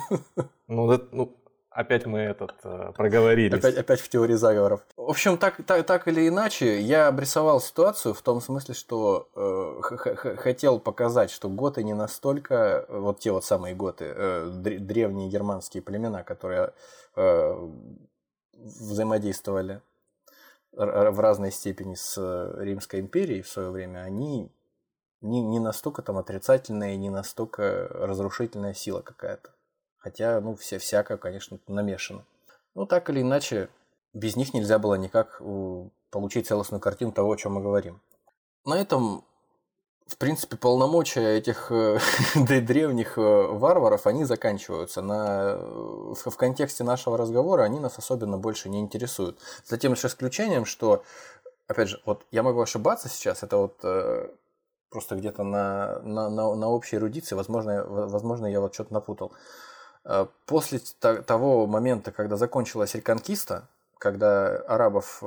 Ну, опять мы этот проговорились. Опять, опять в теории заговоров. В общем, так, так, так или иначе, я обрисовал ситуацию в том смысле, что э, х- х- хотел показать, что готы не настолько, вот те вот самые готы, э, древние германские племена, которые э, взаимодействовали в разной степени с Римской империей в свое время, они не, не настолько там отрицательная, не настолько разрушительная сила какая-то. Хотя, ну, все, всякое, конечно, намешано. Ну, так или иначе, без них нельзя было никак получить целостную картину того, о чем мы говорим. На этом, в принципе, полномочия этих древних варваров, они заканчиваются. На... В контексте нашего разговора они нас особенно больше не интересуют. За тем лишь исключением, что, опять же, вот я могу ошибаться сейчас, это вот просто где-то на, на, на, на общей эрудиции, возможно, возможно, я вот что-то напутал. После того момента, когда закончилась реконкиста, когда арабов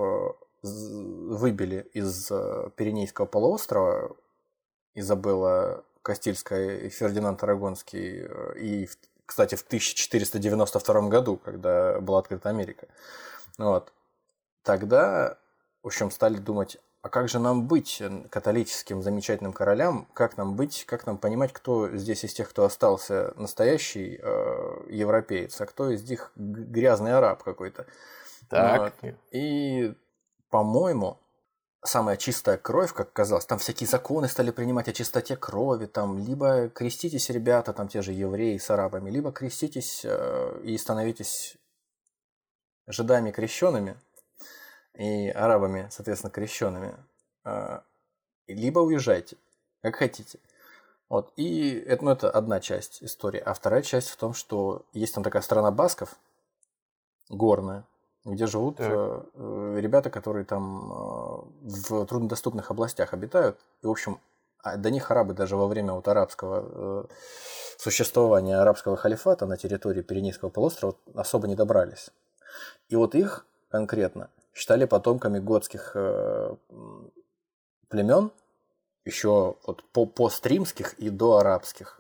выбили из Пиренейского полуострова, Изабелла Кастильская и Фердинанд Арагонский, и, кстати, в тысяча четыреста девяносто втором году, когда была открыта Америка, вот, тогда, в общем, стали думать, а как же нам быть католическим замечательным королям, как нам быть, как нам понимать, кто здесь из тех, кто остался настоящий э, европеец, а кто из них грязный араб какой-то. Так. Вот. И, по-моему, самая чистая кровь, как казалось, там всякие законы стали принимать о чистоте крови, там либо креститесь, ребята, там те же евреи с арабами, либо креститесь э, и становитесь жидами крещенными, и арабами, соответственно, крещенными, либо уезжайте, как хотите. Вот. И это, ну, это одна часть истории. А вторая часть в том, что есть там такая страна басков, горная, где живут так. ребята, которые там в труднодоступных областях обитают. И, в общем, до них арабы даже во время вот арабского существования арабского халифата на территории Пиренейского полуострова особо не добрались. И вот их конкретно считали потомками готских э, племен, еще вот по постримских и доарабских.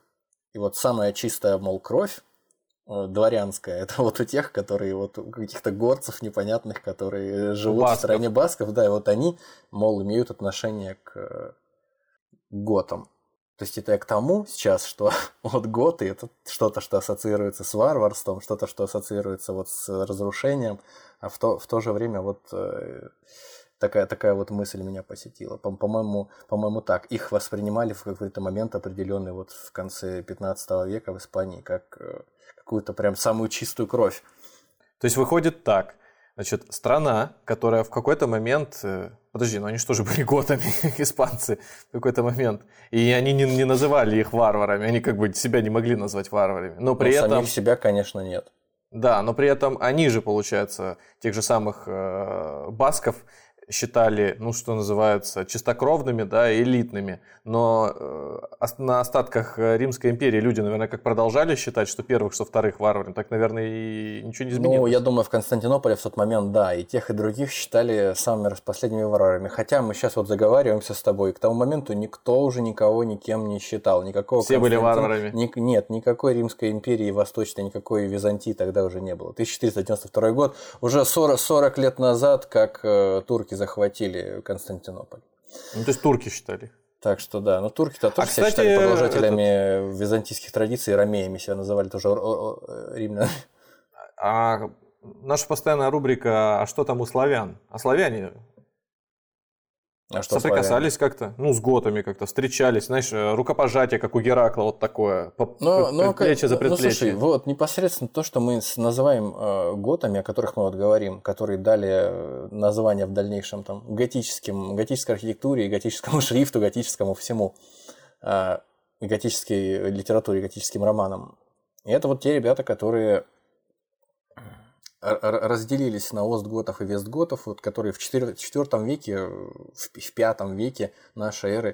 И вот самая чистая, мол, кровь дворянская, это вот у тех, которые вот у каких-то горцев непонятных, которые живут басков. В стране басков, да, и вот они, мол, имеют отношение к готам. То есть это я к тому сейчас, что вот готы это что-то, что ассоциируется с варварством, что-то, что ассоциируется вот с разрушением, а в то, в то же время вот э, такая, такая вот мысль меня посетила. По- по-моему, по-моему, так. Их воспринимали в какой-то момент определенный вот в конце пятнадцатого века в Испании как э, какую-то прям самую чистую кровь. То есть выходит так. Значит, страна, которая в какой-то момент... Подожди, ну они что же были готами, испанцы, в какой-то момент. И они не, не называли их варварами, они как бы себя не могли назвать варварами. Но при ну, этом... самих себя, конечно, нет. Да, но при этом они же, получается, тех же самых э, басков считали, ну, что называется, чистокровными, да, элитными. Но э, на остатках Римской империи люди, наверное, как продолжали считать, что первых, что вторых варварами, так, наверное, и ничего не изменилось. Ну, я думаю, в Константинополе в тот момент, да, и тех, и других считали самыми последними варварами. Хотя мы сейчас вот заговариваемся с тобой, к тому моменту никто уже никого никем не считал. Никакого Все были варварами. Ни... Нет, никакой Римской империи Восточной, никакой Византии тогда уже не было. тысяча четыреста девяносто второй год, уже сорок, сорок лет назад, как э, турки захватили Константинополь. Ну, то есть турки считали. Так что да, но турки-то тоже а, себя кстати, считали продолжателями этот... византийских традиций, ромеями себя называли тоже римлянами. А наша постоянная рубрика «А что там у славян?» А славяне а что соприкасались славяне? Как-то, ну, с готами как-то, встречались, знаешь, рукопожатие, как у Геракла, вот такое, но, но, предплечье за предплечье. Ну, слушай, вот непосредственно то, что мы называем э, готами, о которых мы вот говорим, которые дали название в дальнейшем там готическим, готической архитектуре, и готическому шрифту, готическому всему, э, и готической литературе, готическим романам. И это вот те ребята, которые разделились на остготов и вестготов, вот, которые в четвёртом веке, в пятом веке нашей эры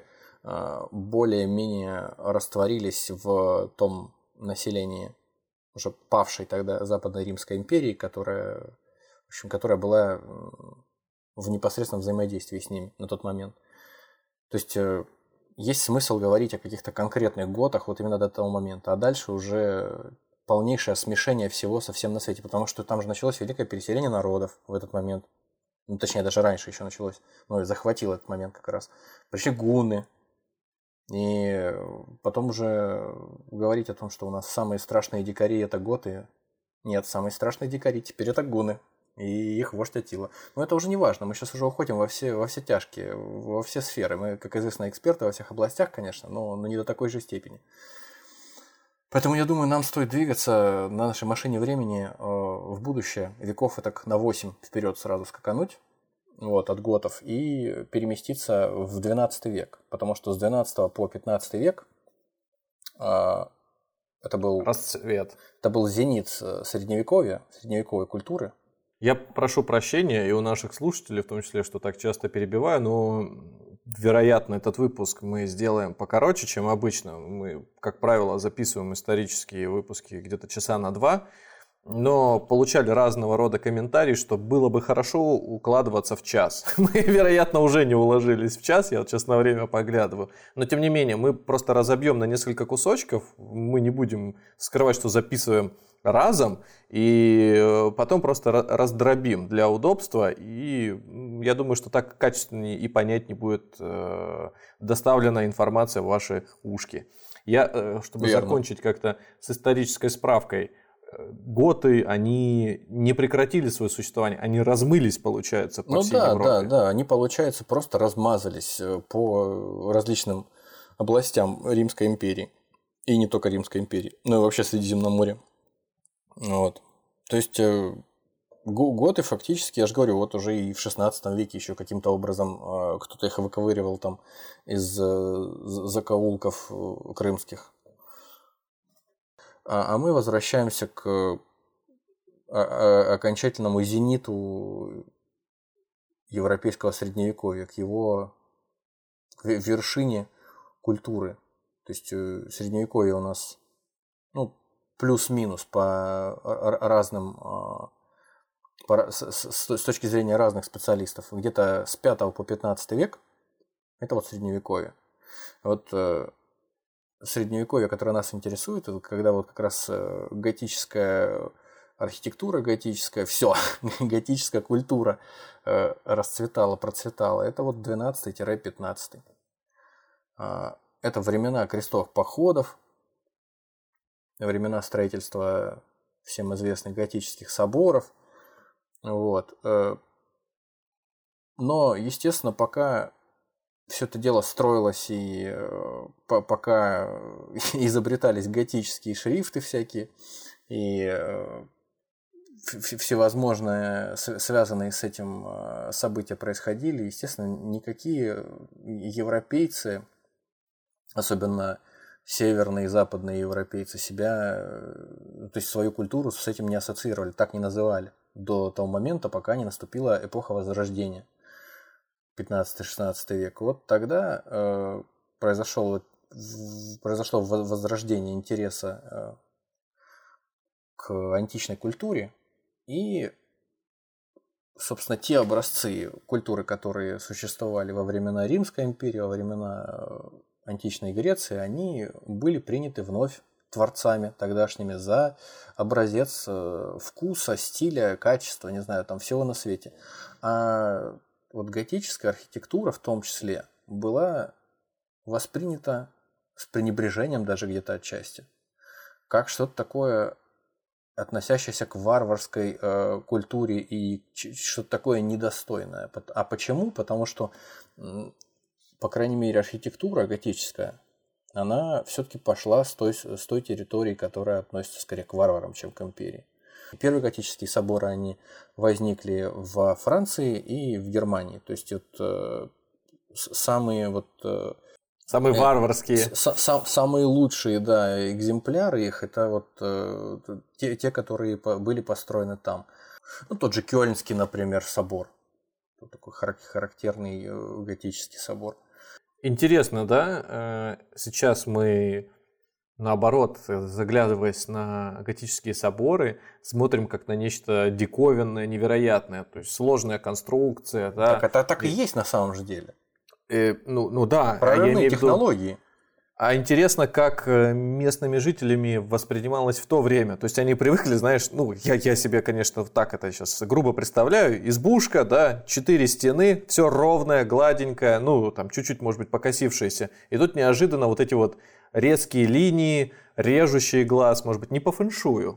более-менее растворились в том населении уже павшей тогда Западной Римской империи, которая, в общем, которая была в непосредственном взаимодействии с ними на тот момент. То есть есть смысл говорить о каких-то конкретных готах вот именно до того момента, а дальше уже полнейшее смешение всего совсем на свете, потому что там же началось великое переселение народов в этот момент. Ну, точнее, даже раньше еще началось. Ну, и захватил этот момент как раз. Пришли гунны. И потом уже говорить о том, что у нас самые страшные дикари – это готы. Нет, самые страшные дикари теперь это гунны. И их вождь Аттила. Но это уже не важно. Мы сейчас уже уходим во все, во все тяжкие, во все сферы. Мы, как известно, эксперты во всех областях, конечно, но, но не до такой же степени. Поэтому, я думаю, нам стоит двигаться на нашей машине времени э, в будущее, веков так на восемь вперед сразу скакануть вот, от готов и переместиться в двенадцатый век. Потому что с двенадцатого по пятнадцатый век э, это был, расцвет. Это был зенит средневековья, средневековой культуры. Я прошу прощения и у наших слушателей, в том числе, что так часто перебиваю, но... Вероятно, этот выпуск мы сделаем покороче, чем обычно. Мы, как правило, записываем исторические выпуски где-то часа на два, но получали разного рода комментарии, что было бы хорошо укладываться в час. Мы, вероятно, уже не уложились в час, я вот сейчас на время поглядываю. Но, тем не менее, мы просто разобьем на несколько кусочков, мы не будем скрывать, что записываем разом, и потом просто раздробим для удобства, и я думаю, что так качественнее и понятнее будет э, доставлена информация в ваши ушки. Я, э, чтобы Верно. закончить как-то с исторической справкой, готы, они не прекратили свое существование, они размылись, получается, по ну всей да, Европе. Ну да, да, они, получается, просто размазались по различным областям Римской империи, и не только Римской империи, но и вообще Средиземноморья. Вот. То есть готы фактически, я же говорю, вот уже и в шестнадцатом веке еще каким-то образом кто-то их выковыривал там из закоулков крымских. А мы возвращаемся к окончательному зениту европейского средневековья, к его вершине культуры. То есть средневековье у нас, ну, плюс-минус по разным, по, с, с точки зрения разных специалистов, где-то с пятого по пятнадцатый век, это вот средневековье. Вот средневековья, которое нас интересует, это когда вот как раз готическая архитектура, готическая, все, готическая культура расцветала, процветала, это вот двенадцатый-пятнадцатый. Это времена крестовых походов, времена строительства всем известных готических соборов. Вот. Но, естественно, пока все это дело строилось и пока изобретались готические шрифты всякие и всевозможные связанные с этим события происходили, естественно, никакие европейцы, особенно северные и западные европейцы, себя, то есть свою культуру с этим не ассоциировали, так не называли до того момента, пока не наступила эпоха Возрождения, пятнадцатый-шестнадцатый век. Вот тогда э, произошло, произошло возрождение интереса э, к античной культуре, и, собственно, те образцы культуры, которые существовали во времена Римской империи, во времена античной Греции, они были приняты вновь творцами тогдашними за образец вкуса, стиля, качества, не знаю, там всего на свете. А вот готическая архитектура в том числе была воспринята с пренебрежением даже где-то отчасти, как что-то такое, относящееся к варварской э, культуре и что-то такое недостойное. А почему? Потому что, по крайней мере, архитектура готическая, она все-таки пошла с той, с той территории, которая относится скорее к варварам, чем к империи. Первые готические соборы, они возникли во Франции и в Германии. То есть вот, э, самые вот... Э, самые варварские. С, с, самые лучшие, да, экземпляры их, это вот э, те, те, которые по, были построены там. Ну, тот же Кёльнский, например, собор. Такой характерный готический собор. Интересно, да? Сейчас мы, наоборот, заглядываясь на готические соборы, смотрим как на нечто диковинное, невероятное. То есть сложная конструкция. Да? Так это так и есть на самом же деле. Э, ну, ну да. Прорывные технологии. А интересно, как местными жителями воспринималось в то время. То есть они привыкли, знаешь, ну, я, я себе, конечно, так это сейчас грубо представляю. Избушка, да, четыре стены, все ровное, гладенькое, ну, там, чуть-чуть, может быть, покосившееся. И тут неожиданно вот эти вот резкие линии, режущие глаз, может быть, не по фэншую.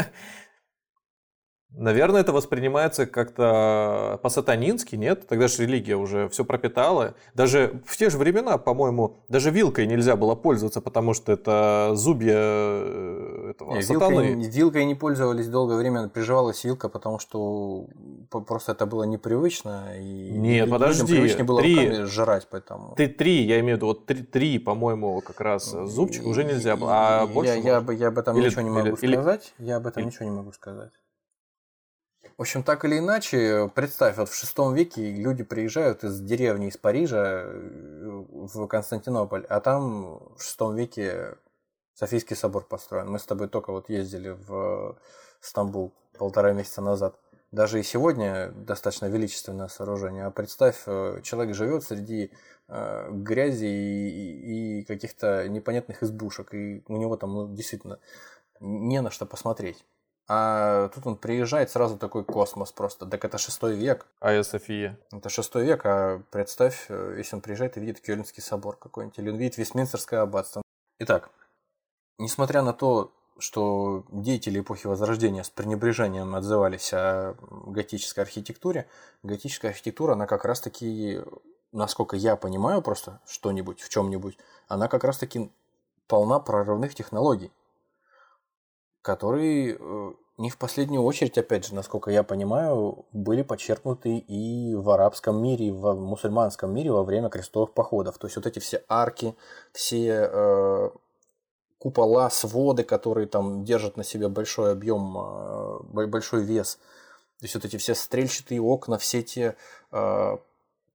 Наверное, это воспринимается как-то по-сатанински, нет? Тогда же религия уже все пропитала. Даже в те же времена, по-моему, даже вилкой нельзя было пользоваться, потому что это зубья этого не, сатаны. Вилкой, вилкой не пользовались долгое время, приживалась вилка, потому что просто это было непривычно. И Нет, подожди. Привычнее было три, руками жрать, поэтому... Ты три, я имею в виду, вот три, три по-моему, как раз зубчик уже нельзя было. А больше я, я, я об этом или, ничего не могу или, сказать. Я об этом или... ничего не могу сказать. В общем, так или иначе, представь, вот в шестом веке люди приезжают из деревни, из Парижа в Константинополь, а там в шестом веке Софийский собор построен. Мы с тобой только вот ездили в Стамбул полтора месяца назад. Даже и сегодня достаточно величественное сооружение. А представь, человек живет среди грязи и, и каких-то непонятных избушек, и у него там ну, действительно не на что посмотреть. А тут он приезжает, сразу такой космос просто. Так это шестой век. Айя София. Это шестой век, а представь, если он приезжает и видит Кёльнский собор какой-нибудь, или он видит Вестминстерское аббатство. Итак, несмотря на то, что деятели эпохи Возрождения с пренебрежением отзывались о готической архитектуре, готическая архитектура, она как раз-таки, насколько я понимаю просто что-нибудь, в чем-нибудь, она как раз-таки полна прорывных технологий, которые не в последнюю очередь, опять же, насколько я понимаю, были подчеркнуты и в арабском мире, и в мусульманском мире во время крестовых походов. То есть вот эти все арки, все э, купола, своды, которые там держат на себе большой объем, э, большой вес. То есть вот эти все стрельчатые окна, все те э,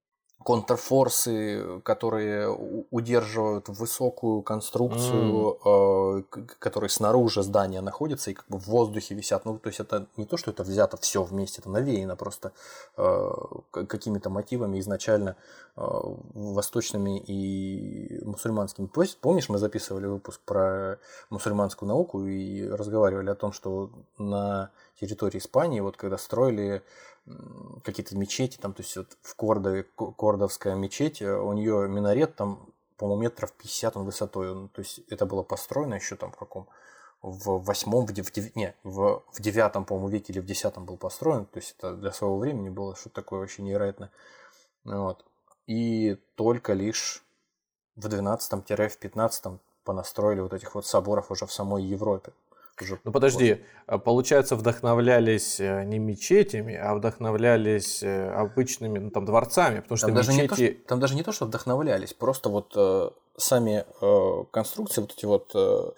контрфорсы, которые удерживают высокую конструкцию, mm. э, которые снаружи здания находятся и как бы в воздухе висят. Ну, то есть это не то, что это взято все вместе, это навеяно просто э, какими-то мотивами изначально э, восточными и мусульманскими. Помнишь, мы записывали выпуск про мусульманскую науку и разговаривали о том, что на территории Испании, вот когда строили какие-то мечети, там, то есть вот в Кордове, Кордовская мечеть, у нее минарет там, по-моему, метров пятьдесят он высотой, он, то есть это было построено еще там в каком, в восьмом, в, дев, не, в, в девятом, по-моему, веке или в десятом был построен, то есть это для своего времени было что-то такое вообще невероятное, вот. И только лишь в двенадцатом-пятнадцатом понастроили вот этих вот соборов уже в самой Европе. Уже ну подожди, вот. Получается, вдохновлялись не мечетями, а вдохновлялись обычными, ну, там, дворцами, потому что там даже мечети... Не то, что, там даже не то, что вдохновлялись, просто вот э, сами э, конструкции, вот эти вот э,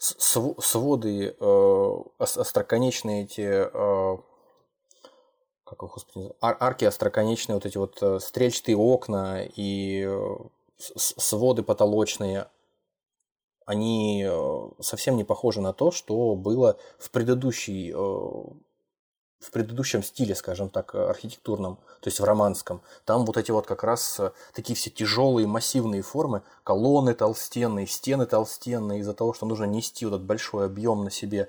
своды, э, остроконечные эти, э, как, господи, ар- арки остроконечные, вот эти вот э, стрельчатые окна и э, своды потолочные, они совсем не похожи на то, что было в, предыдущей, в предыдущем стиле, скажем так, архитектурном, то есть в романском. Там вот эти вот как раз такие все тяжелые массивные формы, колонны толстенные, стены толстенные, из-за того, что нужно нести вот этот большой объем на себе.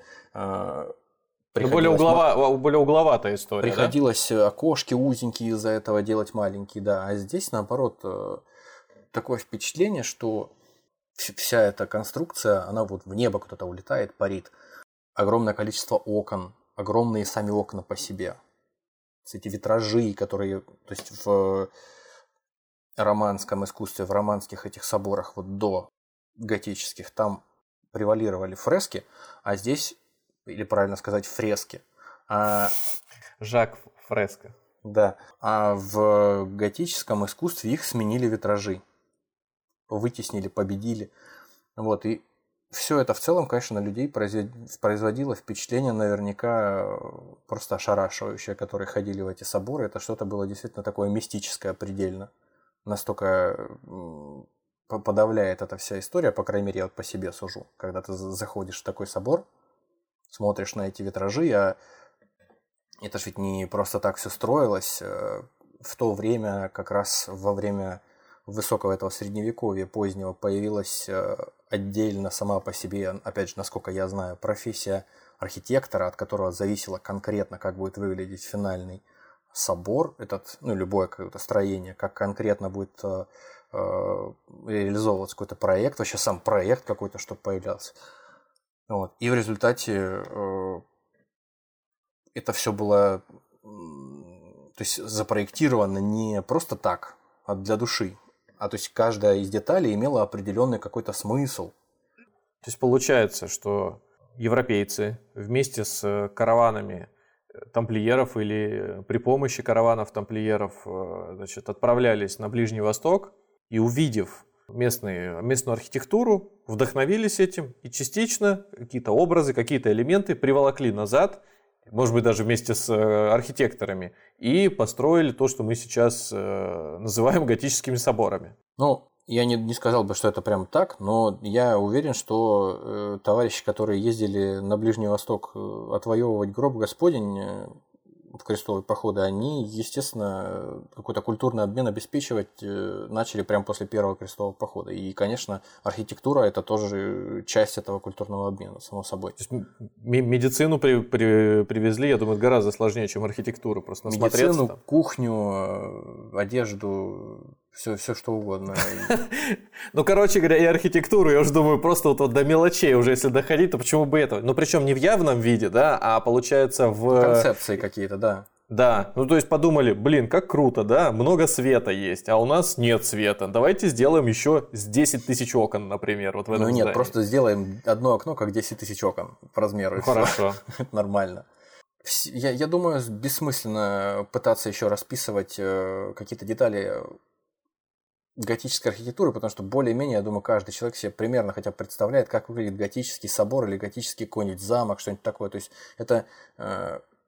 Более, углова, более угловатая история. Приходилось да? окошки узенькие из-за этого делать маленькие, да. А здесь, наоборот, такое впечатление, что вся эта конструкция, она вот в небо куда-то улетает, парит. Огромное количество окон, огромные сами окна по себе. Эти витражи, которые, то есть в романском искусстве, в романских этих соборах вот до готических, там превалировали фрески, а здесь, или правильно сказать, фрески. А... Жак Фреско. Да. А в готическом искусстве их сменили витражи. Вытеснили, победили. Вот, и все это в целом, конечно, на людей производило впечатление наверняка просто ошарашивающее, которые ходили в эти соборы. Это что-то было действительно такое мистическое предельно. Настолько подавляет эта вся история, по крайней мере, я вот по себе сужу. Когда ты заходишь в такой собор, смотришь на эти витражи, а это ж ведь не просто так все строилось. В то время, как раз во время высокого этого средневековья позднего, появилась отдельно сама по себе, опять же, насколько я знаю, профессия архитектора, от которого зависело конкретно, как будет выглядеть финальный собор, этот, ну, любое какое-то строение, как конкретно будет э, э, реализовываться какой-то проект, вообще сам проект какой-то, чтобы появлялся. Вот. И в результате э, это все было э, то есть запроектировано не просто так, а для души. А то есть каждая из деталей имела определенный какой-то смысл. То есть получается, что европейцы вместе с караванами тамплиеров или при помощи караванов тамплиеров, значит, отправлялись на Ближний Восток и, увидев местные, местную архитектуру, вдохновились этим и частично какие-то образы, какие-то элементы приволокли назад, может быть, даже вместе с архитекторами, и построили то, что мы сейчас называем готическими соборами. Ну, я не, не сказал бы, что это прям так, но я уверен, что э, товарищи, которые ездили на Ближний Восток отвоевывать гроб Господень э, в крестовые походы, они, естественно, какой-то культурный обмен обеспечивать э, начали прямо после первого крестового похода. И, конечно, архитектура – это тоже часть этого культурного обмена, само собой. То есть медицину при, при, привезли, я думаю, гораздо сложнее, чем архитектуру. Просто насмотреться. Медицину, там. кухню, одежду, все, все что угодно. Ну, короче говоря, и архитектуру, я уже думаю, просто вот, вот до мелочей уже, если доходить, то почему бы этого? Ну, причем не в явном виде, да, а получается в... Концепции какие-то, да. Да, ну то есть подумали, блин, как круто, да, много света есть, а у нас нет света. Давайте сделаем еще с десять тысяч окон, например, вот в этом Ну нет, здании. просто сделаем одно окно, как десять тысяч окон по размеру. Ну, хорошо. Это нормально. Я, я думаю, бессмысленно пытаться еще расписывать какие-то детали готической архитектуры, потому что более-менее, я думаю, каждый человек себе примерно хотя бы представляет, как выглядит готический собор или готический какой-нибудь замок, что-нибудь такое. То есть это э,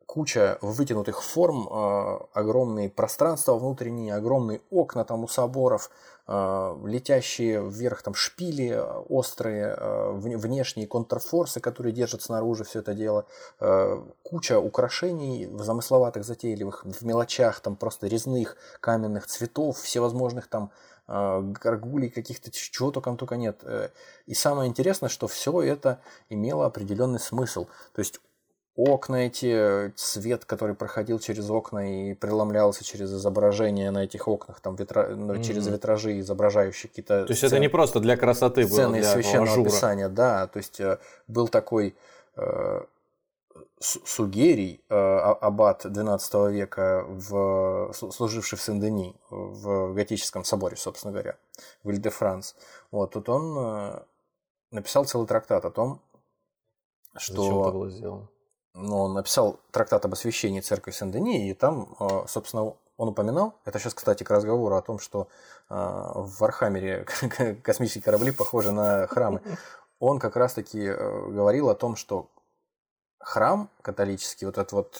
куча вытянутых форм, огромные пространства внутренние, огромные окна там у соборов, летящие вверх там шпили острые, внешние контрфорсы, которые держат снаружи все это дело, куча украшений замысловатых, затейливых, в мелочах, там просто резных каменных цветов, всевозможных там горгулей каких-то, чего только там только нет. И самое интересное, что все это имело определенный смысл. То есть окна эти, свет, который проходил через окна и преломлялся через изображения на этих окнах, там ветра... mm-hmm. через витражи, изображающие какие-то... То есть сцены... это не просто для красоты было, сцены для священного ажура. писания, да. То есть был такой э, Сугерий, э, аббат двенадцатого века, в, служивший в Сен-Дени, в готическом соборе, собственно говоря, в Иль-де-Франс. Вот, тут он э, написал целый трактат о том, что... Зачем это было сделано? Ну, он написал трактат об освящении церкви Сен-Дени, и там, собственно, он упоминал, это сейчас, кстати, к разговору о том, что в Вархаммере космические корабли похожи на храмы, он как раз-таки говорил о том, что храм католический, вот этот вот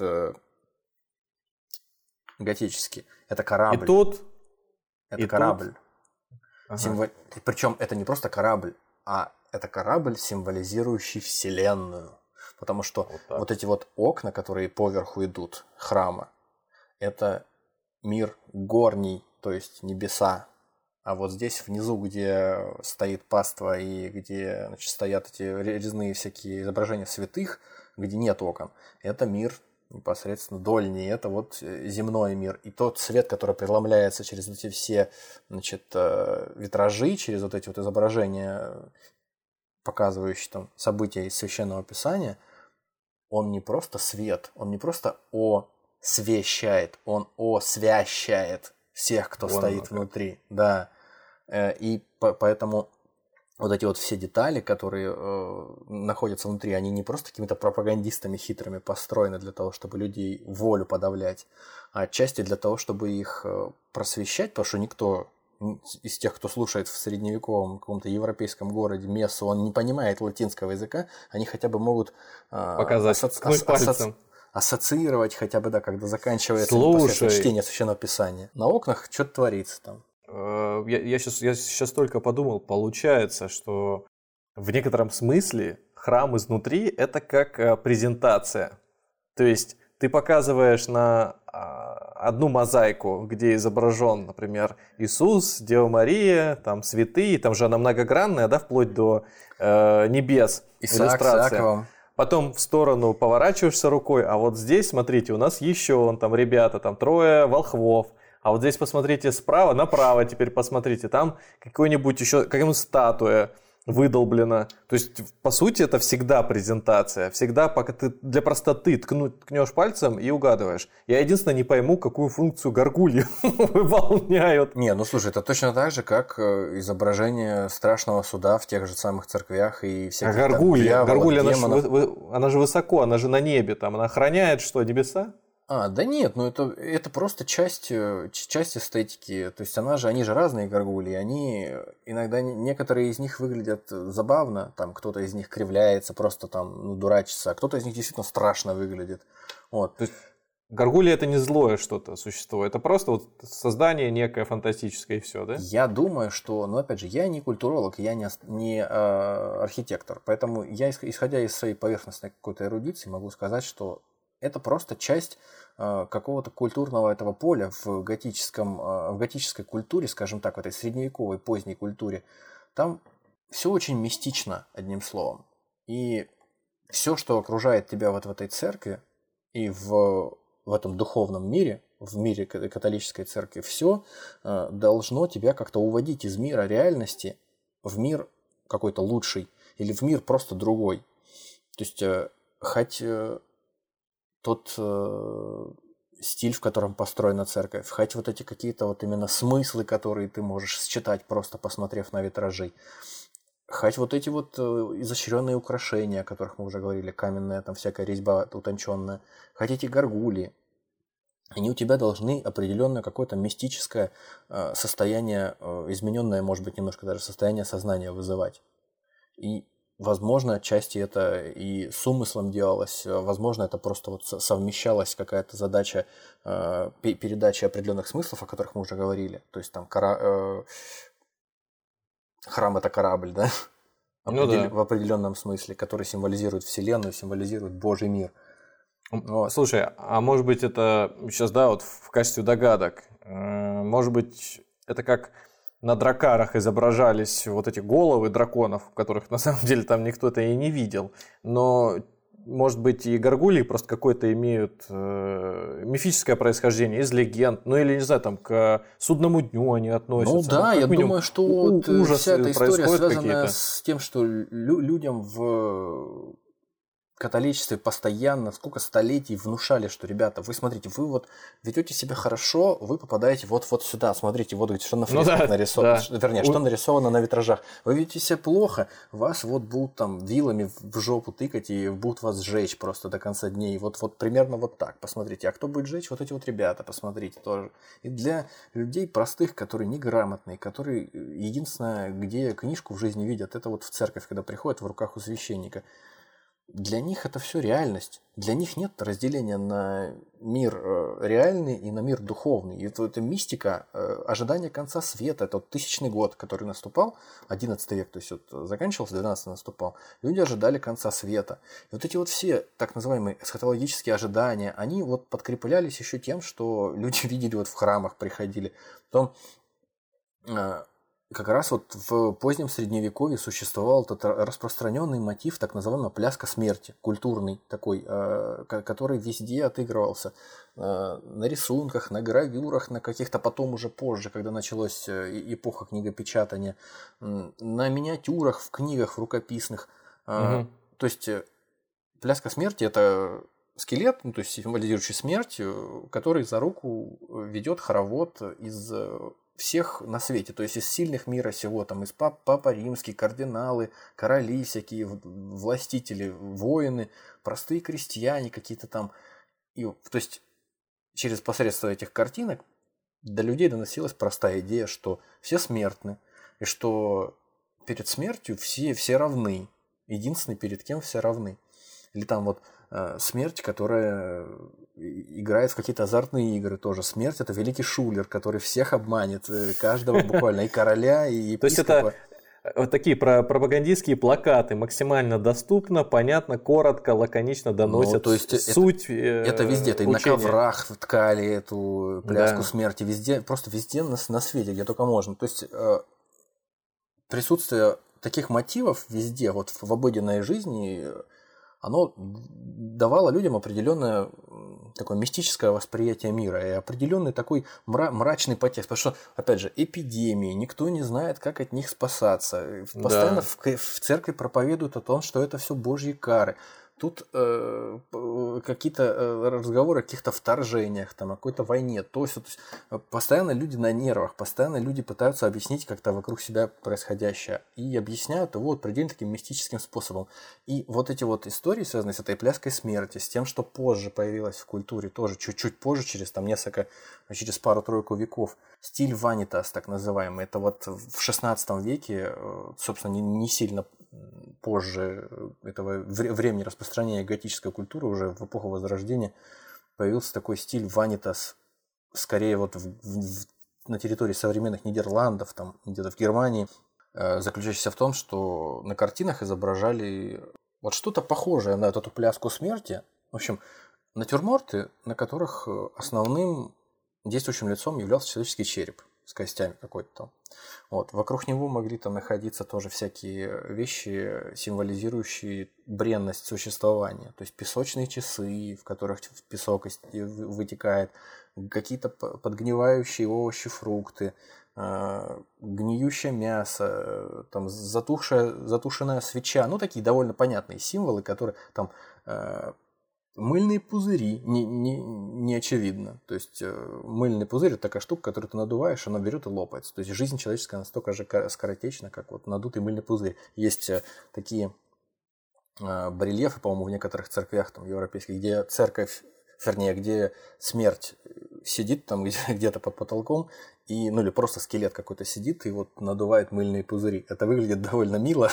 готический, это корабль. И тут... Это и корабль. Тут... Ага. Символ... Причем это не просто корабль, а это корабль, символизирующий Вселенную. Потому что вот, вот эти вот окна, которые поверху идут храма, это мир горний, то есть небеса. А вот здесь внизу, где стоит паства и где, значит, стоят эти резные всякие изображения святых, где нет окон, это мир непосредственно дольний, это вот земной мир. И тот свет, который преломляется через эти все, значит, витражи, через вот эти вот изображения, показывающие там события из Священного Писания, он не просто свет, он не просто освещает, он освящает всех, кто Вон стоит внутри. Да. И поэтому вот эти вот все детали, которые э, находятся внутри, они не просто какими-то пропагандистами хитрыми построены для того, чтобы людей волю подавлять, а отчасти для того, чтобы их просвещать, потому что никто из тех, кто слушает в средневековом каком-то европейском городе мессу, он не понимает латинского языка, они хотя бы могут показать, асоци... ас... асоци... ассоциировать хотя бы, да, когда заканчивается чтение Священного Писания. На окнах что-то творится там. Я, я, сейчас, я сейчас только подумал, получается, что в некотором смысле храм изнутри – это как презентация. То есть ты показываешь на одну мозаику, где изображен, например, Иисус, Дева Мария, там святые, там же она многогранная, да, вплоть до э, небес. Исаак, иллюстрация. Потом в сторону поворачиваешься рукой, а вот здесь, смотрите, у нас еще вон там ребята, там трое волхвов. А вот здесь посмотрите справа, направо теперь посмотрите, там какой-нибудь еще, какая-нибудь статуя выдолблена. То есть, по сути, это всегда презентация. Всегда, пока ты для простоты ткнуть, ткнешь пальцем и угадываешь. Я единственное не пойму, какую функцию горгульи выполняют. Не, ну слушай, это точно так же, как изображение страшного суда в тех же самых церквях и всяких а горгулья, горгулья, она, ж, она же высоко, она же на небе, там, она охраняет что, небеса? А, да нет, ну это, это просто часть, часть эстетики. То есть она же, они же разные горгульи. Они иногда, некоторые из них выглядят забавно, там кто-то из них кривляется, просто там ну, дурачится, а кто-то из них действительно страшно выглядит. Вот. То есть горгулья это не злое что-то существо, это просто вот создание некое фантастическое и все, да? Я думаю, что, ну опять же, я не культуролог, я не, не э, архитектор, поэтому я, исходя из своей поверхностной какой-то эрудиции, могу сказать, что это просто часть э, какого-то культурного этого поля в, готическом, э, в готической культуре, скажем так, в этой средневековой поздней культуре. Там все очень мистично, одним словом. И все, что окружает тебя вот в этой церкви и в, в этом духовном мире, в мире католической церкви, все э, должно тебя как-то уводить из мира реальности в мир какой-то лучший или в мир просто другой. То есть, э, хоть... Э, тот э, стиль, в котором построена церковь, хоть вот эти какие-то вот именно смыслы, которые ты можешь считать, просто посмотрев на витражи, хоть вот эти вот э, изощренные украшения, о которых мы уже говорили, каменная там всякая резьба утонченная, хоть эти горгульи, они у тебя должны определенное какое-то мистическое э, состояние, э, измененное, может быть, немножко даже состояние сознания вызывать. И возможно, отчасти это и с умыслом делалось, возможно, это просто вот совмещалась какая-то задача э, передачи определенных смыслов, о которых мы уже говорили. То есть там кора... э, храм — это корабль, да? Ну, Определ... да. В определенном смысле, который символизирует Вселенную, символизирует Божий мир. Вот. Слушай, а может быть это сейчас, да, вот в качестве догадок, может быть это как на дракарах изображались вот эти головы драконов, которых на самом деле там никто-то и не видел, но может быть и горгульи просто какое-то имеют э, мифическое происхождение из легенд, ну или не знаю, там к судному дню они относятся. Ну да, ну, я думаю, что у- вот ужас вся эта история связана какие-то. с тем, что лю- людям в католичестве постоянно, сколько столетий внушали, что, ребята, вы смотрите, вы вот ведете себя хорошо, вы попадаете вот-вот сюда, смотрите, вот что на фресках Ну да, нарисовано, да. вернее, что нарисовано на витражах. Вы ведете себя плохо, вас вот будут там вилами в жопу тыкать и будут вас сжечь просто до конца дней. Вот, вот примерно вот так, посмотрите. А кто будет сжечь? Вот эти вот ребята, посмотрите тоже. И для людей простых, которые неграмотные, которые единственное, где книжку в жизни видят, это вот в церковь, когда приходят в руках у священника. Для них это все реальность. Для них нет разделения на мир реальный и на мир духовный. И это, это мистика, ожидание конца света. Это вот тысячный год, который наступал, одиннадцатый век, то есть вот заканчивался, двенадцатый наступал. Люди ожидали конца света. И вот эти вот все так называемые эсхатологические ожидания, они вот подкреплялись еще тем, что люди видели вот в храмах, приходили. Потом как раз вот в позднем Средневековье существовал этот распространенный мотив так называемого пляска смерти, культурный такой, который везде отыгрывался на рисунках, на гравюрах, на каких-то потом уже позже, когда началась эпоха книгопечатания, на миниатюрах, в книгах, в рукописных. Угу. То есть пляска смерти — это скелет, ну, то есть символизирующий смерть, который за руку ведет хоровод из всех на свете, то есть из сильных мира сего, там из пап, Папа Римский, кардиналы, короли всякие, властители, воины, простые крестьяне какие-то там. И, то есть через посредство этих картинок до людей доносилась простая идея, что все смертны, и что перед смертью все, все равны, единственный, перед кем все равны. Или там вот э, смерть, которая играет в какие-то азартные игры тоже. Смерть — это великий шулер, который всех обманет, каждого буквально, и короля, и епископа. То есть это вот такие пропагандистские плакаты, максимально доступно, понятно, коротко, лаконично доносят ну, то есть суть это, это везде, это и на коврах ткали эту пляску да. смерти, везде, просто везде на, на свете, где только можно. То есть э, присутствие таких мотивов везде, вот в обыденной жизни, оно давало людям определенное такое мистическое восприятие мира и определенный такой мра- мрачный подтекст. Потому что, опять же, эпидемии, никто не знает, как от них спасаться. Постоянно да. в, в церкви проповедуют о том, что это все божьи кары. Тут э, какие-то э, разговоры о каких-то вторжениях, там, о какой-то войне. То есть, то есть постоянно люди на нервах, постоянно люди пытаются объяснить как-то вокруг себя происходящее. И объясняют его вот предельно таким мистическим способом. И вот эти вот истории, связанные с этой пляской смерти, с тем, что позже появилось в культуре, тоже чуть-чуть позже, через там несколько, через пару-тройку веков, стиль ванитас, так называемый. Это вот в шестнадцатом веке, собственно, не, не сильно позже этого времени распространения готической культуры, уже в эпоху Возрождения, появился такой стиль ванитас, скорее вот в, в, на территории современных Нидерландов, там где-то в Германии, э, заключающийся в том, что на картинах изображали вот что-то похожее на эту пляску смерти. В общем, натюрморты, на которых основным действующим лицом являлся человеческий череп с костями какой-то там. Вот. Вокруг него могли там находиться тоже всякие вещи, символизирующие бренность существования. То есть песочные часы, в которых песок вытекает, какие-то подгнивающие овощи, фрукты, гниющее мясо, там, затухшая, затушенная свеча. Ну, такие довольно понятные символы, которые там... Мыльные пузыри, не, не, не очевидно. То есть э, мыльный пузырь — это такая штука, которую ты надуваешь, она берет и лопается. То есть жизнь человеческая настолько же скоротечна, как вот надутый мыльный пузырь. Есть э, такие э, барельефы, по-моему, в некоторых церквях там, европейских, где церковь вернее, где смерть сидит там где-то под потолком, и, ну или просто скелет какой-то сидит и вот надувает мыльные пузыри. Это выглядит довольно мило,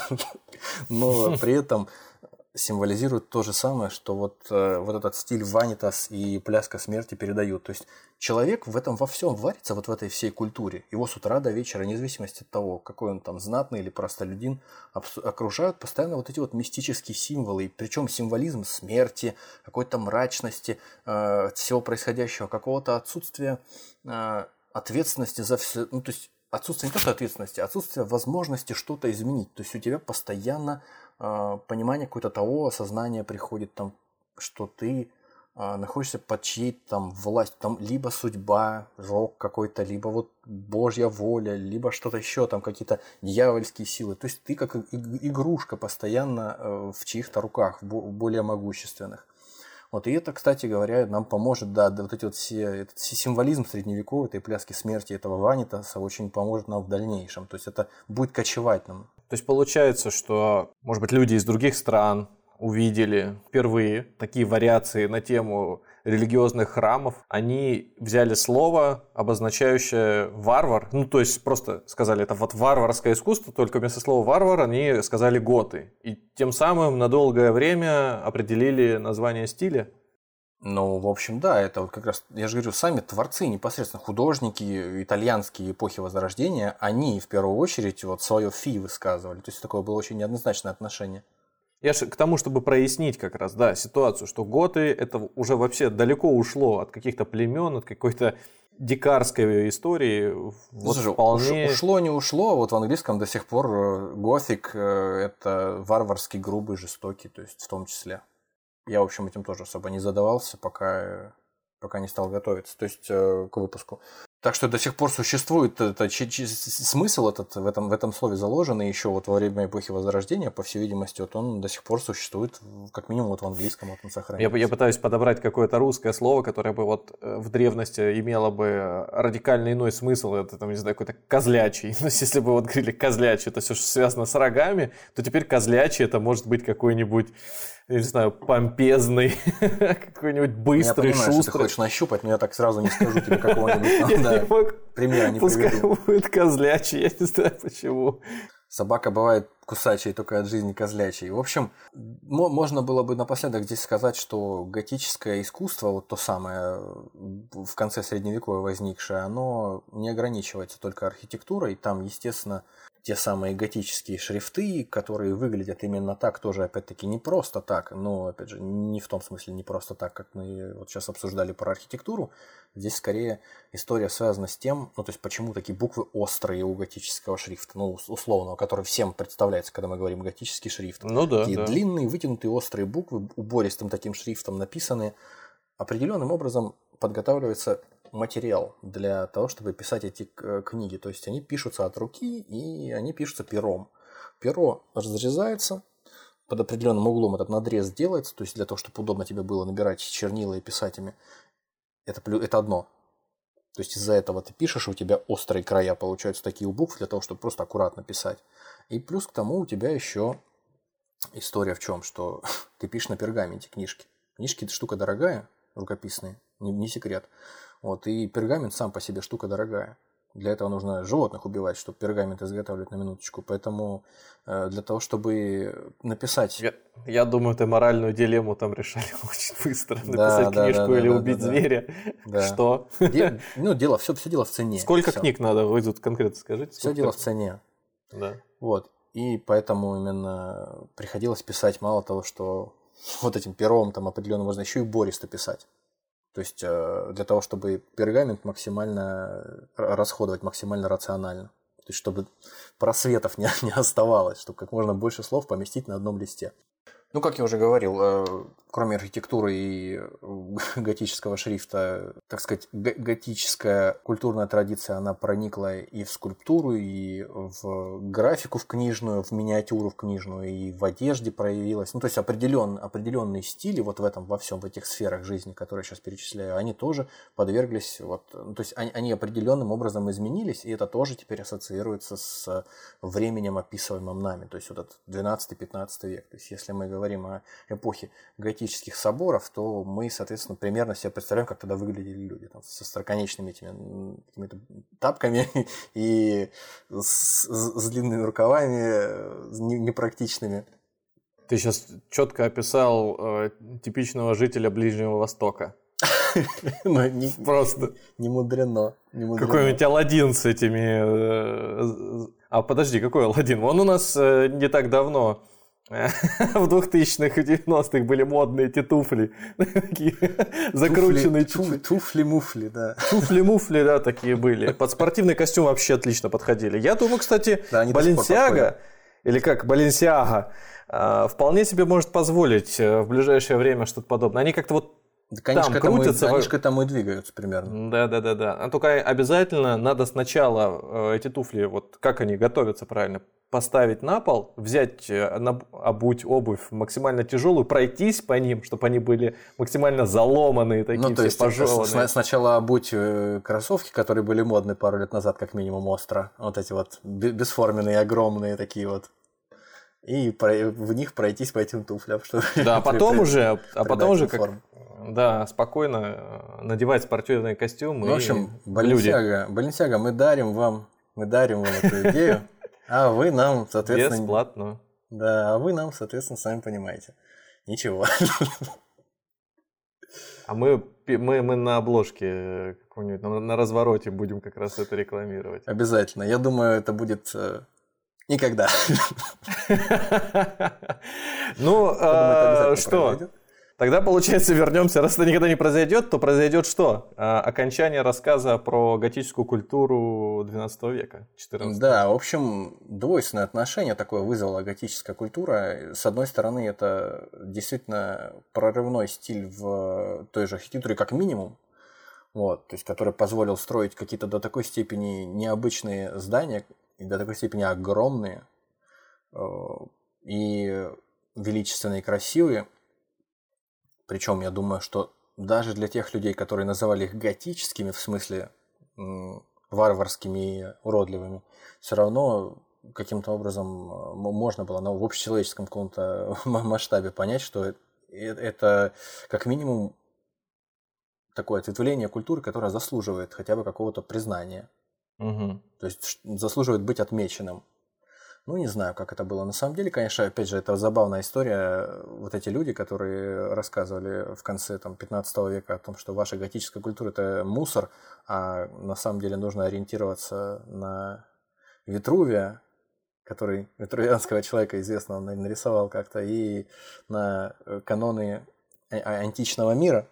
но при этом символизирует то же самое, что вот, э, вот этот стиль ванитас и пляска смерти передают. То есть человек в этом во всем варится, вот в этой всей культуре. Его с утра до вечера, вне зависимости от того, какой он там знатный или простолюдин, окружают постоянно вот эти вот мистические символы. Причем символизм смерти, какой-то мрачности, э, всего происходящего, какого-то отсутствия э, ответственности за все. Ну, то есть отсутствие не то, что ответственности, а отсутствие возможности что-то изменить. То есть у тебя постоянно понимание какое-то того, осознание приходит, там, что ты а, находишься под чьей-то там властью, там либо судьба, рок какой-то, либо вот Божья воля, либо что-то еще, там какие-то дьявольские силы. То есть ты как игрушка постоянно э, в чьих-то руках, более могущественных. Вот, и это, кстати говоря, нам поможет, да, вот эти вот все, этот символизм средневековый, этой пляски смерти, этого ванитаса очень поможет нам в дальнейшем. То есть это будет кочевать нам. То есть получается, что, может быть, люди из других стран увидели впервые такие вариации на тему религиозных храмов. Они взяли слово, обозначающее варвар. Ну, то есть просто сказали, это вот варварское искусство, только вместо слова варвар они сказали готы. И тем самым на долгое время определили название стиля. Ну, в общем, да, это вот как раз, я же говорю, сами творцы, непосредственно художники итальянские эпохи Возрождения, они в первую очередь вот свое фи высказывали. То есть такое было очень неоднозначное отношение. Я же к тому, чтобы прояснить как раз, да, ситуацию, что готы это уже вообще далеко ушло от каких-то племен, от какой-то дикарской истории. Вот Слушай, вполне... уш, ушло, не ушло, вот в английском до сих пор готик это варварский, грубый, жестокий, то есть в том числе. Я, в общем, этим тоже особо не задавался, пока, пока не стал готовиться, то есть к выпуску. Так что до сих пор существует это, ч- ч- смысл этот в этом, в этом слове заложен, и еще вот во время эпохи Возрождения, по всей видимости, вот он до сих пор существует, как минимум вот в английском вот он сохраняется. Я, я пытаюсь подобрать какое-то русское слово, которое бы вот в древности имело бы радикально иной смысл, это там, не знаю, какой-то козлячий. То есть если бы вот говорили козлячий, это все, что связано с рогами, то теперь козлячий это может быть какой-нибудь, я не знаю, помпезный, какой-нибудь быстрый, я понимаю, шустрый. Что ты хочешь нащупать, но я так сразу не скажу тебе какого-нибудь примера, не приведу. Пускай будет козлячий, я не знаю почему. Собака бывает кусачей только от жизни козлячей. В общем, можно было бы напоследок здесь сказать, что готическое искусство, вот то самое в конце Средневековья возникшее, оно не ограничивается только архитектурой. Там, естественно, те самые готические шрифты, которые выглядят именно так, тоже, опять-таки, не просто так, но, опять же, не в том смысле не просто так, как мы вот сейчас обсуждали про архитектуру. Здесь, скорее, история связана с тем, ну, то есть, почему такие буквы острые у готического шрифта, ну, условного, который всем представляется, когда мы говорим готический шрифт. Ну, да, такие да. длинные, вытянутые, острые буквы, убористым таким шрифтом написаны. Определенным образом подготавливается материал для того, чтобы писать эти книги. То есть они пишутся от руки и они пишутся пером. Перо разрезается, под определенным углом этот надрез делается, то есть для того, чтобы удобно тебе было набирать чернила и писать ими. Это, это одно. То есть из-за этого ты пишешь, у тебя острые края получаются такие у букв для того, чтобы просто аккуратно писать. И плюс к тому у тебя еще история в чем, что ты пишешь на пергаменте книжки. Книжки – это штука дорогая, рукописные, не, не секрет. Вот, и пергамент сам по себе штука дорогая. Для этого нужно животных убивать, чтобы пергамент изготавливать на минуточку. Поэтому э, для того, чтобы написать... Я, я думаю, ты моральную дилемму там решали очень быстро. Написать да, книжку да, да, или да, убить да, зверя. Да. Что? Де, ну, дело, все, все дело в цене. Сколько все. книг надо выйдут конкретно, скажите? Все дело в цене. Да. Вот. И поэтому именно приходилось писать мало того, что вот этим пером там определенно можно еще и убористо писать. То есть для того, чтобы пергамент максимально расходовать, максимально рационально. То есть чтобы просветов не, не оставалось, чтобы как можно больше слов поместить на одном листе. Ну, как я уже говорил, кроме архитектуры и готического шрифта, так сказать, готическая культурная традиция, она проникла и в скульптуру, и в графику в книжную, в миниатюру в книжную, и в одежде проявилась. Ну, то есть определен, определенные стили вот в этом, во всем, в этих сферах жизни, которые я сейчас перечисляю, они тоже подверглись, вот, ну, то есть они, они определенным образом изменились, и это тоже теперь ассоциируется с временем, описываемым нами, то есть вот этот двенадцатый-пятнадцатый век. То есть если мы говорим о эпохе готического готических соборов, то мы, соответственно, примерно себе представляем, как тогда выглядели люди там, со остроконечными этими какими-то тапками и с, с длинными рукавами, непрактичными. Ты сейчас четко описал э, типичного жителя Ближнего Востока. Ну, не, просто не мудрено, не мудрено. Какой-нибудь Аладдин с этими... А подожди, какой Аладдин? Он у нас не так давно, в двухтысячных и девяностых были модные эти туфли. Такие закрученные туфли. Туфли-муфли, да. Туфли-муфли, да, такие были. Под спортивный костюм вообще отлично подходили. Я думаю, кстати, Баленсиага, или как, Баленсиага, вполне себе может позволить в ближайшее время что-то подобное. Они как-то вот да, там крутятся. Они же к этому и двигаются примерно. Да-да-да. А только обязательно надо сначала эти туфли, вот как они готовятся правильно, поставить на пол, взять, обуть обувь максимально тяжелую, пройтись по ним, чтобы они были максимально заломанные, такие ну, то есть пожеванные. Сначала обуть кроссовки, которые были модны пару лет назад, как минимум остро. Вот эти вот бесформенные, огромные такие вот. И в них пройтись по этим туфлям. Чтобы да, а потом уже, а потом уже как, да, спокойно надевать спортивный костюм. Ну, в общем, Баленсиага, Баленсиага, мы дарим вам, мы дарим вам эту идею, а вы нам, соответственно... Бесплатно. Да, а вы нам, соответственно, сами понимаете. Ничего. А мы, мы, мы на обложке какой-нибудь, на, на развороте будем как раз это рекламировать. Обязательно. Я думаю, это будет... Никогда. Ну, что? Тогда, получается, вернемся. Раз это никогда не произойдет, то произойдет что? Окончание рассказа про готическую культуру двенадцатого века, четырнадцатого. Да, в общем, двойственное отношение такое вызвала готическая культура. С одной стороны, это действительно прорывной стиль в той же архитектуре, как минимум. Вот, то есть, который позволил строить какие-то до такой степени необычные здания, и до такой степени огромные и величественные, и красивые. Причем я думаю, что даже для тех людей, которые называли их готическими, в смысле варварскими и уродливыми, все равно каким-то образом можно было в общечеловеческом каком-то масштабе понять, что это как минимум такое ответвление культуры, которое заслуживает хотя бы какого-то признания. Угу. То есть заслуживает быть отмеченным. Ну, не знаю, как это было. На самом деле, конечно, опять же, это забавная история. Вот эти люди, которые рассказывали в конце там, пятнадцатого века о том, что ваша готическая культура – это мусор, а на самом деле нужно ориентироваться на Витрувия, который витрувианского человека известного нарисовал как-то, и на каноны античного мира.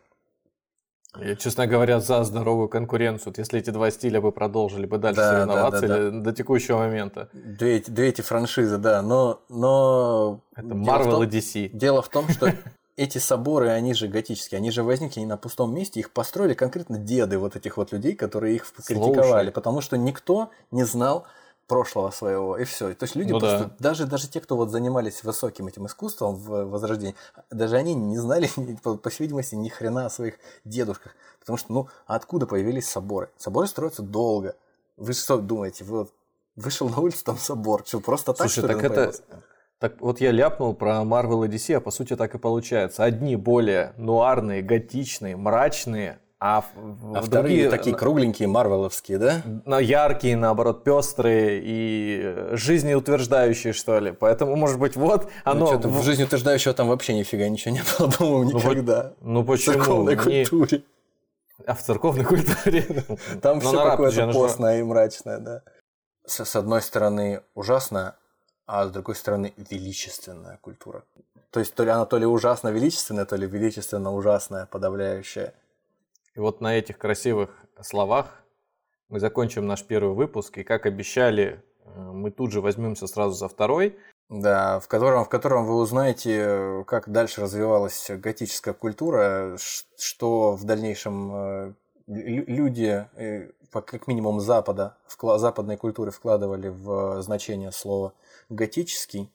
Я, честно говоря, за здоровую конкуренцию. Если эти два стиля бы продолжили бы дальше да, соревноваться да, да, да. до текущего момента. Две эти, две эти франшизы, да. Но, но... Это Marvel и ди си. Дело в том, что эти соборы, они же готические, они же возникли не на пустом месте, их построили конкретно деды вот этих вот людей, которые их критиковали. Слушай. Потому что никто не знал прошлого своего, и все. То есть люди ну просто, да. даже, даже те, кто вот занимались высоким этим искусством в Возрождении, даже они не знали, по, по всей видимости, ни хрена о своих дедушках. Потому что, ну, откуда появились соборы? Соборы строятся долго. Вы что думаете? Вы вот вышел на улицу, там собор. Что, просто так, Слушай, что так ли, это... Так вот я ляпнул про Marvel и ди си, а по сути так и получается. Одни более нуарные, готичные, мрачные, А, а вторые другие, такие кругленькие, марвеловские, да? Яркие, наоборот, пестрые и жизнеутверждающие, что ли. Поэтому, может быть, вот оно... Ну, в жизнеутверждающего там вообще нифига ничего не было, по-моему, никогда. Ну, почему? В церковной культуре. А в церковной культуре? Там все какое-то постное и мрачное, да. С одной стороны, ужасно, а с другой стороны, величественная культура. То есть, то ли она то ли ужасно величественная, то ли величественно ужасная, подавляющая. И вот на этих красивых словах мы закончим наш первый выпуск. И, как обещали, мы тут же возьмемся сразу за второй. Да, в котором, в котором вы узнаете, как дальше развивалась готическая культура, что в дальнейшем люди, как минимум Запада, западной культуры вкладывали в значение слова «готический»,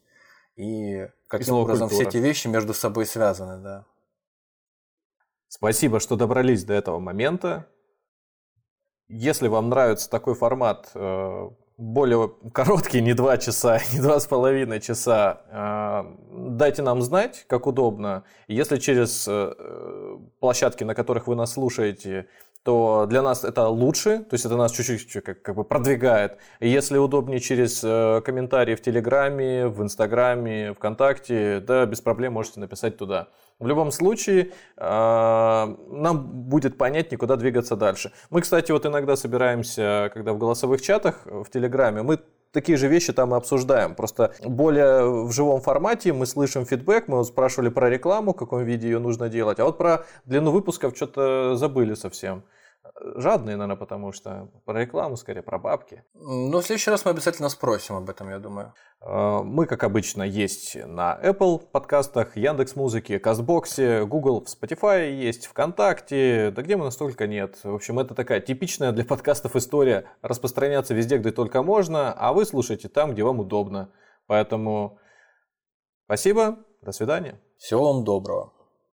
и каким и образом культура. Все эти вещи между собой связаны, да. Спасибо, что добрались до этого момента. Если вам нравится такой формат, более короткий, не два часа, не два с половиной часа, дайте нам знать, как удобно. Если через площадки, на которых вы нас слушаете, то для нас это лучше, то есть это нас чуть-чуть как, как бы продвигает. И если удобнее через комментарии в Телеграме, в Инстаграме, ВКонтакте, да, без проблем можете написать туда. В любом случае, нам будет понятнее, куда двигаться дальше. Мы, кстати, вот иногда собираемся, когда в голосовых чатах в Телеграме, мы такие же вещи там и обсуждаем. Просто более в живом формате мы слышим фидбэк, мы вот спрашивали про рекламу, в каком виде ее нужно делать, а вот про длину выпусков что-то забыли совсем. Жадные, наверное, потому что про рекламу, скорее, про бабки. Ну, в следующий раз мы обязательно спросим об этом, я думаю. Мы, как обычно, есть на Apple подкастах, Яндекс.Музыке, Кастбоксе, Google, в Spotify есть, ВКонтакте, да где мы нас только нет. В общем, это такая типичная для подкастов история распространяться везде, где только можно, а вы слушаете там, где вам удобно. Поэтому спасибо, до свидания. Всего вам доброго.